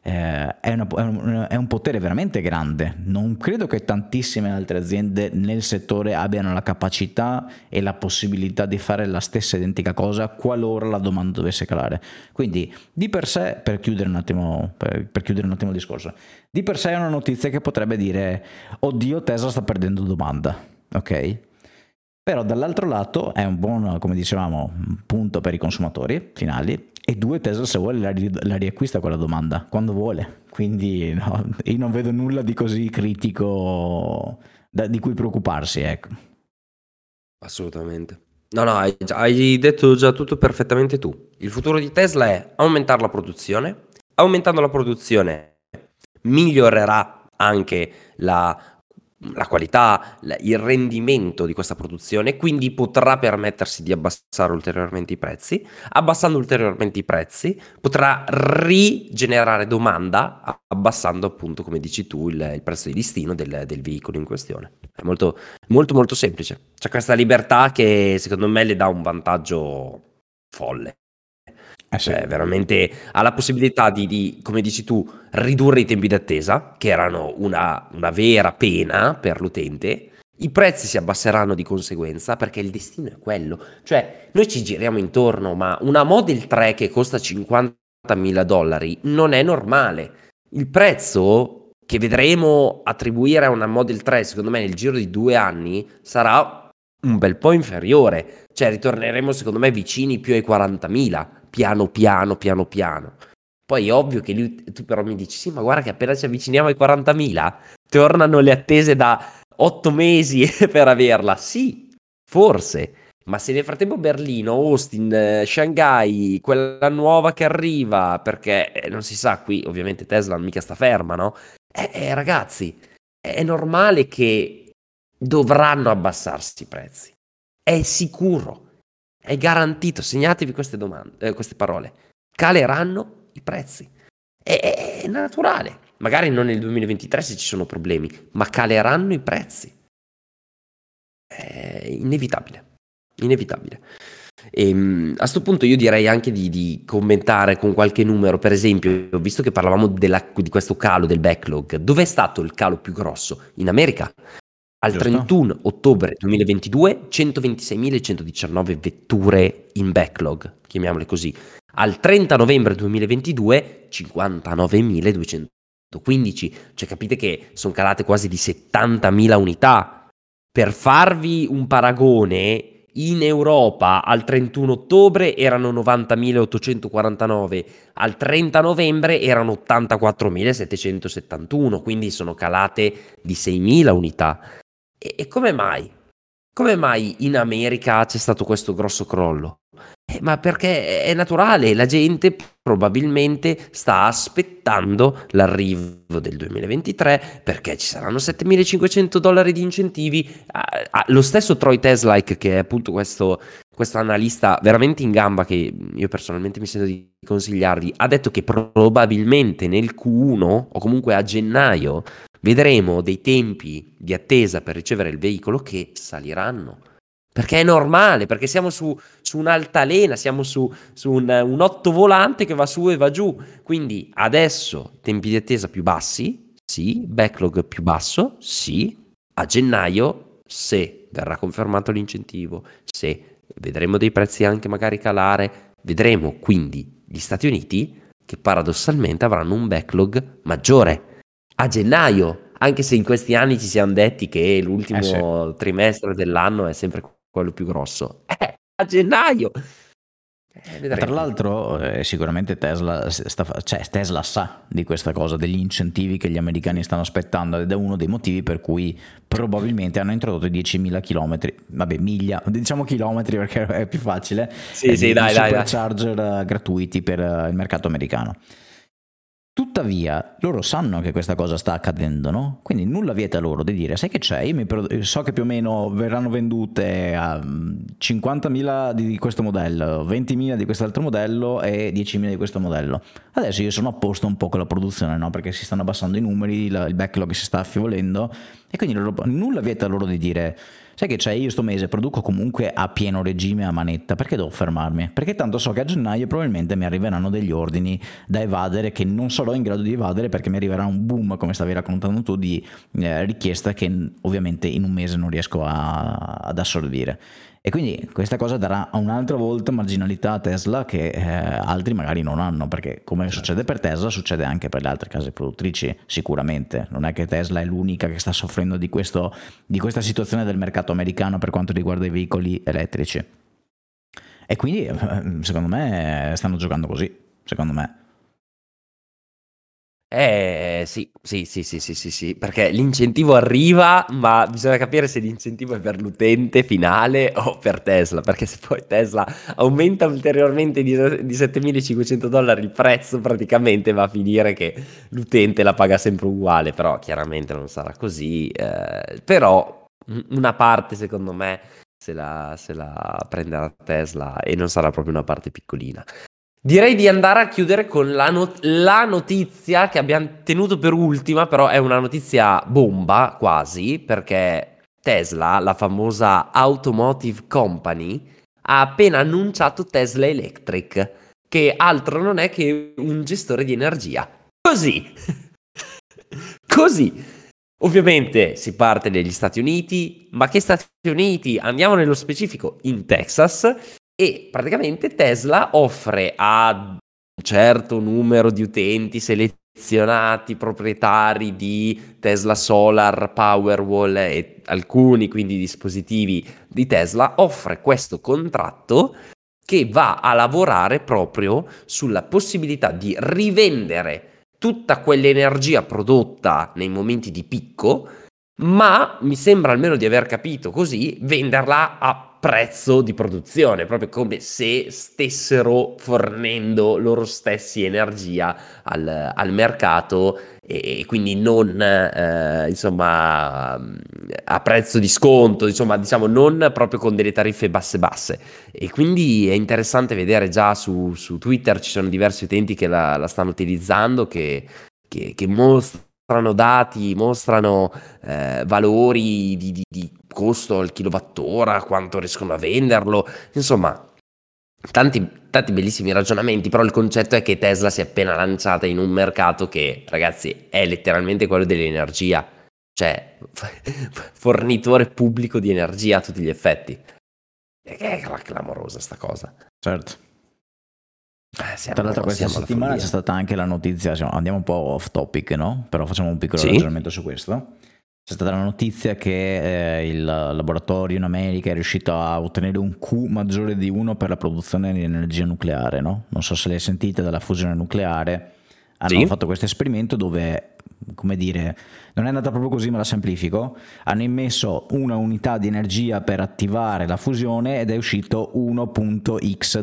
È un potere veramente grande. Non credo che tantissime altre aziende nel settore abbiano la capacità e la possibilità di fare la stessa identica cosa qualora la domanda dovesse calare. Quindi di per sé, per chiudere un attimo il discorso, di per sé è una notizia che potrebbe dire oddio, Tesla sta perdendo domanda, ok? Però dall'altro lato è un buon, come dicevamo, punto per i consumatori finali, e due, Tesla se vuole la riacquista quella domanda quando vuole, quindi no, io non vedo nulla di così critico di cui preoccuparsi, ecco. Assolutamente. No, no, hai detto già tutto perfettamente tu. Il futuro di Tesla è aumentare la produzione. Aumentando la produzione migliorerà anche la qualità, il rendimento di questa produzione, quindi potrà permettersi di abbassare ulteriormente i prezzi. Abbassando ulteriormente i prezzi potrà rigenerare domanda, abbassando appunto, come dici tu, il prezzo di listino del veicolo in questione. È molto molto molto semplice. C'è questa libertà che secondo me le dà un vantaggio folle. Sì. Cioè, veramente ha la possibilità come dici tu, ridurre i tempi d'attesa, che erano una vera pena per l'utente. I prezzi si abbasseranno di conseguenza perché il destino è quello. Cioè, noi ci giriamo intorno, ma una Model 3 che costa $50.000 non è normale. Il prezzo che vedremo attribuire a una Model 3, secondo me, nel giro di 2 anni sarà un bel po' inferiore. Cioè, ritorneremo, secondo me, vicini più ai 40.000, piano piano, piano piano. Poi è ovvio che tu però mi dici, sì, ma guarda che appena ci avviciniamo ai 40.000, tornano le attese da 8 mesi per averla. Sì, forse. Ma se nel frattempo Berlino, Austin, Shanghai, quella nuova che arriva, perché non si sa, qui ovviamente Tesla mica sta ferma, no? Ragazzi, è normale che dovranno abbassarsi i prezzi. È sicuro, è garantito. Segnatevi queste parole. Caleranno i prezzi. È naturale. magari non nel 2023 se ci sono problemi, ma caleranno i prezzi. È inevitabile, inevitabile. A sto punto io direi anche di commentare con qualche numero, per esempio, visto che parlavamo di questo calo del backlog, dov'è stato il calo più grosso? In America. Al Giusto? 31 ottobre 2022, 126.119 vetture in backlog, chiamiamole così. Al 30 novembre 2022, 59.215. Cioè capite che sono calate quasi di 70.000 unità. Per farvi un paragone, in Europa al 31 ottobre erano 90.849, al 30 novembre erano 84.771, quindi sono calate di 6.000 unità. E come mai? Come mai in America c'è stato questo grosso crollo? Ma perché è naturale, la gente probabilmente sta aspettando l'arrivo del 2023 perché ci saranno $7.500 di incentivi. Lo stesso Troy Teslaik, che è appunto questo analista veramente in gamba che io personalmente mi sento di consigliarvi, ha detto che probabilmente nel Q1 o comunque a gennaio vedremo dei tempi di attesa per ricevere il veicolo che saliranno. Perché è normale, perché siamo su un'altalena, siamo su un ottovolante che va su e va giù. Quindi adesso tempi di attesa più bassi, sì, backlog più basso, sì. A gennaio, se verrà confermato l'incentivo, se vedremo dei prezzi anche magari calare, vedremo quindi gli Stati Uniti che paradossalmente avranno un backlog maggiore a gennaio, anche se in questi anni ci siamo detti che Sì. l'ultimo trimestre dell'anno è sempre quello più grosso. A gennaio! Ma tra Vedremo. l'altro sicuramente Tesla sa di questa cosa, degli incentivi che gli americani stanno aspettando, ed è uno dei motivi per cui probabilmente hanno introdotto 10.000 chilometri, vabbè miglia, diciamo chilometri perché è più facile, Sì, sì, di dai, dai, dai. supercharger gratuiti per il mercato americano. Tuttavia, loro sanno che questa cosa sta accadendo, no? Quindi nulla vieta loro di dire, sai che c'è? So che più o meno verranno vendute a 50.000 di questo modello, 20.000 di quest'altro modello e 10.000 di questo modello. Adesso io sono a posto un po' con la produzione, no? Perché si stanno abbassando i numeri, il backlog si sta affievolendo, e quindi nulla vieta loro di dire, sai che c'è, io sto mese produco comunque a pieno regime a manetta, perché devo fermarmi? Perché tanto so che a gennaio probabilmente mi arriveranno degli ordini da evadere che non sarò in grado di evadere, perché mi arriverà un boom, come stavi raccontando tu, di richiesta che ovviamente in un mese non riesco ad assorbire. E quindi questa cosa darà un'altra volta marginalità a Tesla che altri magari non hanno, perché come succede per Tesla succede anche per le altre case produttrici, sicuramente. Non è che Tesla è l'unica che sta soffrendo di questa situazione del mercato americano per quanto riguarda i veicoli elettrici. E quindi secondo me stanno giocando così, secondo me. Sì, sì, sì, sì, sì, sì, sì, perché l'incentivo arriva, ma bisogna capire se l'incentivo è per l'utente finale o per Tesla, perché se poi Tesla aumenta ulteriormente di $7.500 il prezzo, praticamente va a finire che l'utente la paga sempre uguale, però chiaramente non sarà così, però una parte secondo me se la prenderà Tesla e non sarà proprio una parte piccolina. Direi di andare a chiudere con la notizia che abbiamo tenuto per ultima, però è una notizia bomba quasi, perché Tesla, la famosa automotive company, ha appena annunciato Tesla Electric, che altro non è che un gestore di energia. Così. Così. Ovviamente si parte negli Stati Uniti, ma che Stati Uniti? Andiamo nello specifico in Texas. E praticamente Tesla offre a un certo numero di utenti selezionati, proprietari di Tesla Solar, Powerwall e alcuni quindi dispositivi di Tesla, offre questo contratto che va a lavorare proprio sulla possibilità di rivendere tutta quell'energia prodotta nei momenti di picco, ma mi sembra almeno di aver capito così, venderla a prezzo di produzione, proprio come se stessero fornendo loro stessi energia al mercato e quindi non insomma a prezzo di sconto, insomma diciamo non proprio con delle tariffe basse. E quindi è interessante vedere già su Twitter ci sono diversi utenti che la stanno utilizzando, che che mostrano dati, mostrano valori di costo al kilowattora, quanto riescono a venderlo, insomma, tanti bellissimi ragionamenti, però il concetto è che Tesla si è appena lanciata in un mercato che, ragazzi, è letteralmente quello dell'energia, cioè fornitore pubblico di energia a tutti gli effetti. E che è clamorosa sta cosa. Certo. Tra l'altro questa settimana c'è stata anche la notizia, andiamo un po' off topic, no? Però facciamo un piccolo ragionamento su questo. C'è stata la notizia che il laboratorio in America è riuscito a ottenere un Q maggiore di 1 per la produzione di energia nucleare, no? Non so se l'hai sentita, della fusione nucleare. Hanno fatto questo esperimento dove, come dire, non è andata proprio così, ma la semplifico. Hanno immesso una unità di energia per attivare la fusione ed è uscito 1.x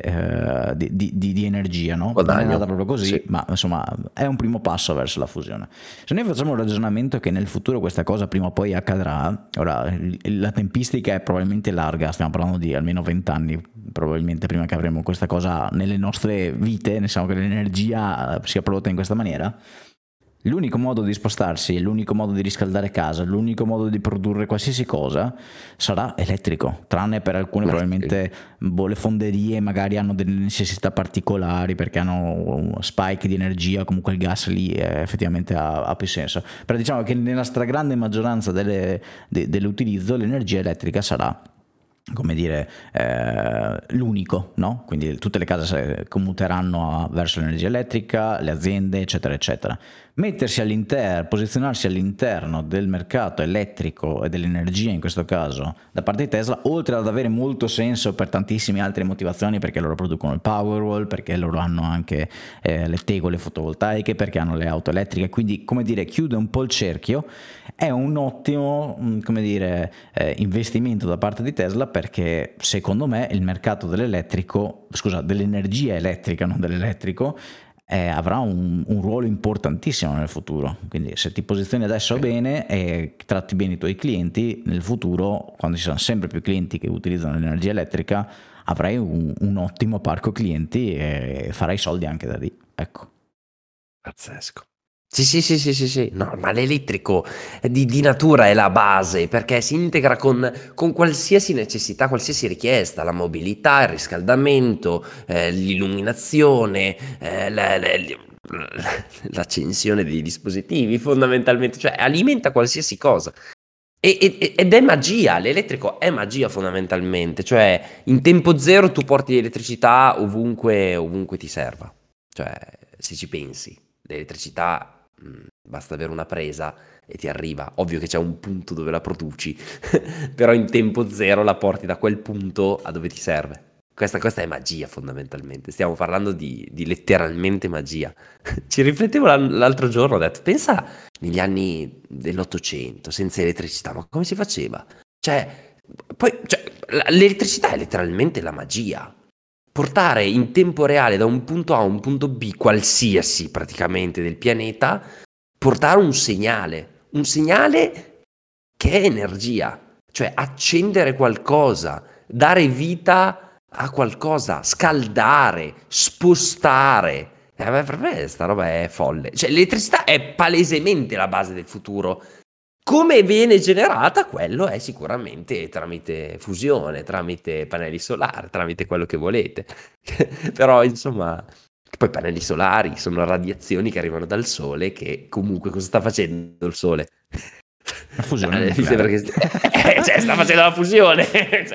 di energia, no? Non è andata proprio così, ma insomma è un primo passo verso la fusione. Se noi facciamo un ragionamento che nel futuro questa cosa prima o poi accadrà, ora la tempistica è probabilmente larga, stiamo parlando di almeno 20 anni probabilmente prima che avremo questa cosa nelle nostre vite, nel senso che l'energia sia prodotta in questa maniera. L'unico modo di spostarsi, l'unico modo di riscaldare casa, l'unico modo di produrre qualsiasi cosa sarà elettrico, tranne per alcune probabilmente le fonderie magari hanno delle necessità particolari perché hanno spike di energia, comunque il gas lì effettivamente ha più senso. Però diciamo che nella stragrande maggioranza dell'utilizzo l'energia elettrica sarà, come dire, l'unico, no? Quindi tutte le case commuteranno verso l'energia elettrica, le aziende, eccetera, eccetera. Posizionarsi all'interno del mercato elettrico e dell'energia, in questo caso, da parte di Tesla, oltre ad avere molto senso per tantissime altre motivazioni, perché loro producono il Powerwall, perché loro hanno anche le tegole fotovoltaiche, perché hanno le auto elettriche, quindi, come dire, chiude un po' il cerchio. È un ottimo, come dire, investimento da parte di Tesla, perché secondo me il mercato dell'energia elettrica, non dell'elettrico, avrà un ruolo importantissimo nel futuro. Quindi se ti posizioni adesso bene e tratti bene i tuoi clienti, nel futuro, quando ci saranno sempre più clienti che utilizzano l'energia elettrica, avrai un ottimo parco clienti e farai soldi anche da lì. Ecco. Pazzesco. Sì. No, ma l'elettrico di natura è la base, perché si integra con qualsiasi necessità, qualsiasi richiesta, la mobilità, il riscaldamento, l'illuminazione, l'accensione dei dispositivi, fondamentalmente, cioè alimenta qualsiasi cosa. Ed è magia, l'elettrico è magia fondamentalmente, cioè in tempo zero tu porti l'elettricità ovunque ti serva, cioè se ci pensi, l'elettricità basta avere una presa e ti arriva, ovvio che c'è un punto dove la produci, però in tempo zero la porti da quel punto a dove ti serve. Questa è magia fondamentalmente, stiamo parlando di letteralmente magia. Ci riflettevo l'altro giorno, ho detto, pensa negli anni dell'800 senza elettricità, ma come si faceva? Cioè, l'elettricità è letteralmente la magia. Portare in tempo reale da un punto A a un punto B, qualsiasi praticamente del pianeta, portare un segnale che è energia, cioè accendere qualcosa, dare vita a qualcosa, scaldare, spostare. Per me sta roba è folle. Cioè l'elettricità è palesemente la base del futuro. Come viene generata, quello è sicuramente tramite fusione, tramite pannelli solari, tramite quello che volete. Però insomma, poi pannelli solari sono radiazioni che arrivano dal sole, che comunque cosa sta facendo il sole? La fusione Mi sembra che sta facendo la fusione.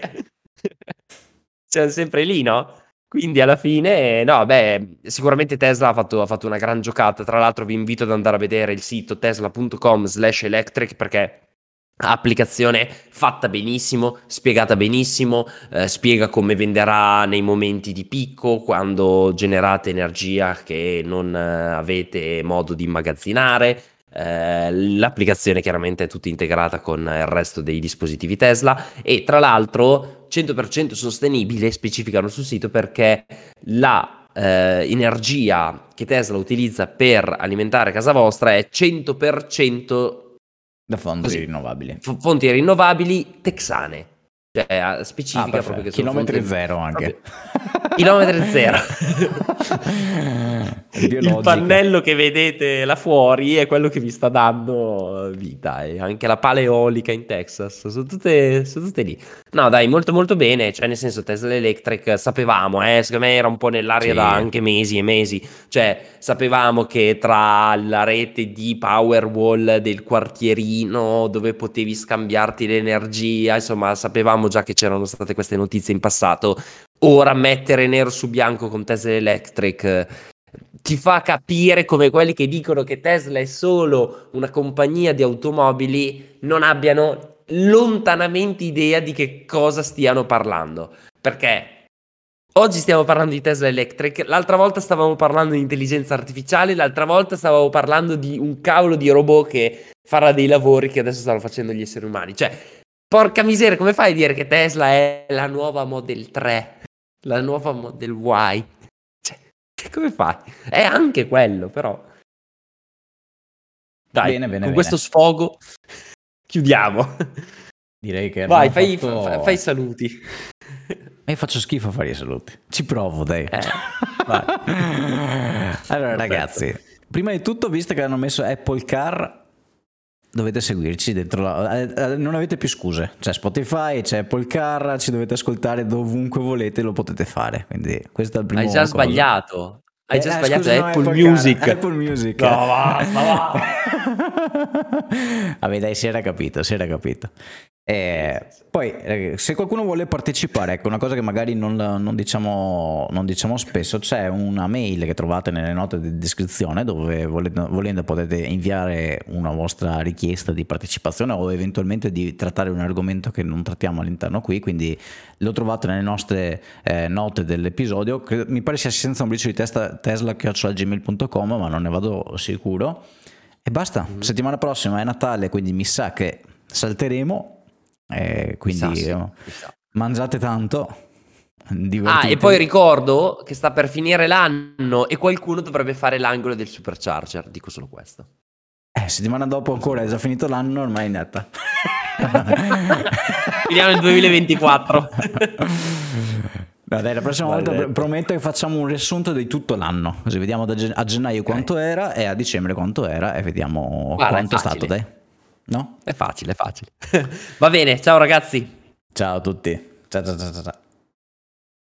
Siamo sempre lì, no? Quindi alla fine, no, sicuramente Tesla ha fatto una gran giocata. Tra l'altro vi invito ad andare a vedere il sito tesla.com/electric, perché applicazione fatta benissimo, spiegata benissimo, spiega come venderà nei momenti di picco, quando generate energia che non avete modo di immagazzinare. L'applicazione chiaramente è tutta integrata con il resto dei dispositivi Tesla e tra l'altro 100% sostenibile, specificano sul sito, perché la energia che Tesla utilizza per alimentare casa vostra è 100% da fonti rinnovabili. Fonti rinnovabili texane. Cioè specifica proprio che sono chilometri zero anche. Chilometri zero. Il Biologica. pannello che vedete là fuori è quello che vi sta dando vita, e anche la pala eolica in Texas, sono tutte lì. No, dai, molto molto bene, cioè nel senso Tesla Electric sapevamo, secondo me era un po' nell'aria Sì. da anche mesi e mesi, cioè sapevamo che tra la rete di Powerwall del quartierino dove potevi scambiarti l'energia, insomma sapevamo già che c'erano state queste notizie in passato. Ora mettere nero su bianco con Tesla Electric ti fa capire come quelli che dicono che Tesla è solo una compagnia di automobili non abbiano lontanamente idea di che cosa stiano parlando. Perché oggi stiamo parlando di Tesla Electric, l'altra volta stavamo parlando di intelligenza artificiale, l'altra volta stavamo parlando di un cavolo di robot che farà dei lavori che adesso stanno facendo gli esseri umani. Cioè, porca miseria, come fai a dire che Tesla è la nuova Model 3? La nuova Model Y? Cioè, come fai? È anche quello, però. Dai, Bene, con questo sfogo chiudiamo. Direi che Vai, abbiamo fatto... fai i saluti. E faccio schifo a fare i saluti. Ci provo, dai. Vai. Allora, ragazzi, prima di tutto, visto che hanno messo Apple Car, dovete seguirci dentro non avete più scuse. C'è Spotify, c'è Apple Car, ci dovete ascoltare dovunque volete, lo potete fare. Quindi questo è il primo. Hai già sbagliato. Hai già sbagliato, scusa, è no, Apple Music. Car, Apple Music. No, basta. Vabbè, dai, si era capito. Poi, se qualcuno vuole partecipare, ecco, una cosa che magari non diciamo spesso, c'è una mail che trovate nelle note di descrizione dove volendo potete inviare una vostra richiesta di partecipazione o eventualmente di trattare un argomento che non trattiamo all'interno qui, quindi lo trovate nelle nostre note dell'episodio. Mi pare sia senza un briciolo di testa tesla@gmail.com, ma non ne vado sicuro. E basta, settimana prossima è Natale, quindi mi sa che salteremo. Quindi mangiate tanto, divertitevi. E poi ricordo che sta per finire l'anno e qualcuno dovrebbe fare l'angolo del supercharger, dico solo questo. Settimana dopo ancora è già finito l'anno, ormai è netta. Finiamo il 2024. No, dai, la prossima volta prometto che facciamo un riassunto di tutto l'anno, così vediamo a gennaio quanto era e a dicembre quanto era e vediamo quanto è stato, dai. No? È facile. Va bene, ciao ragazzi. Ciao a tutti. Ciao.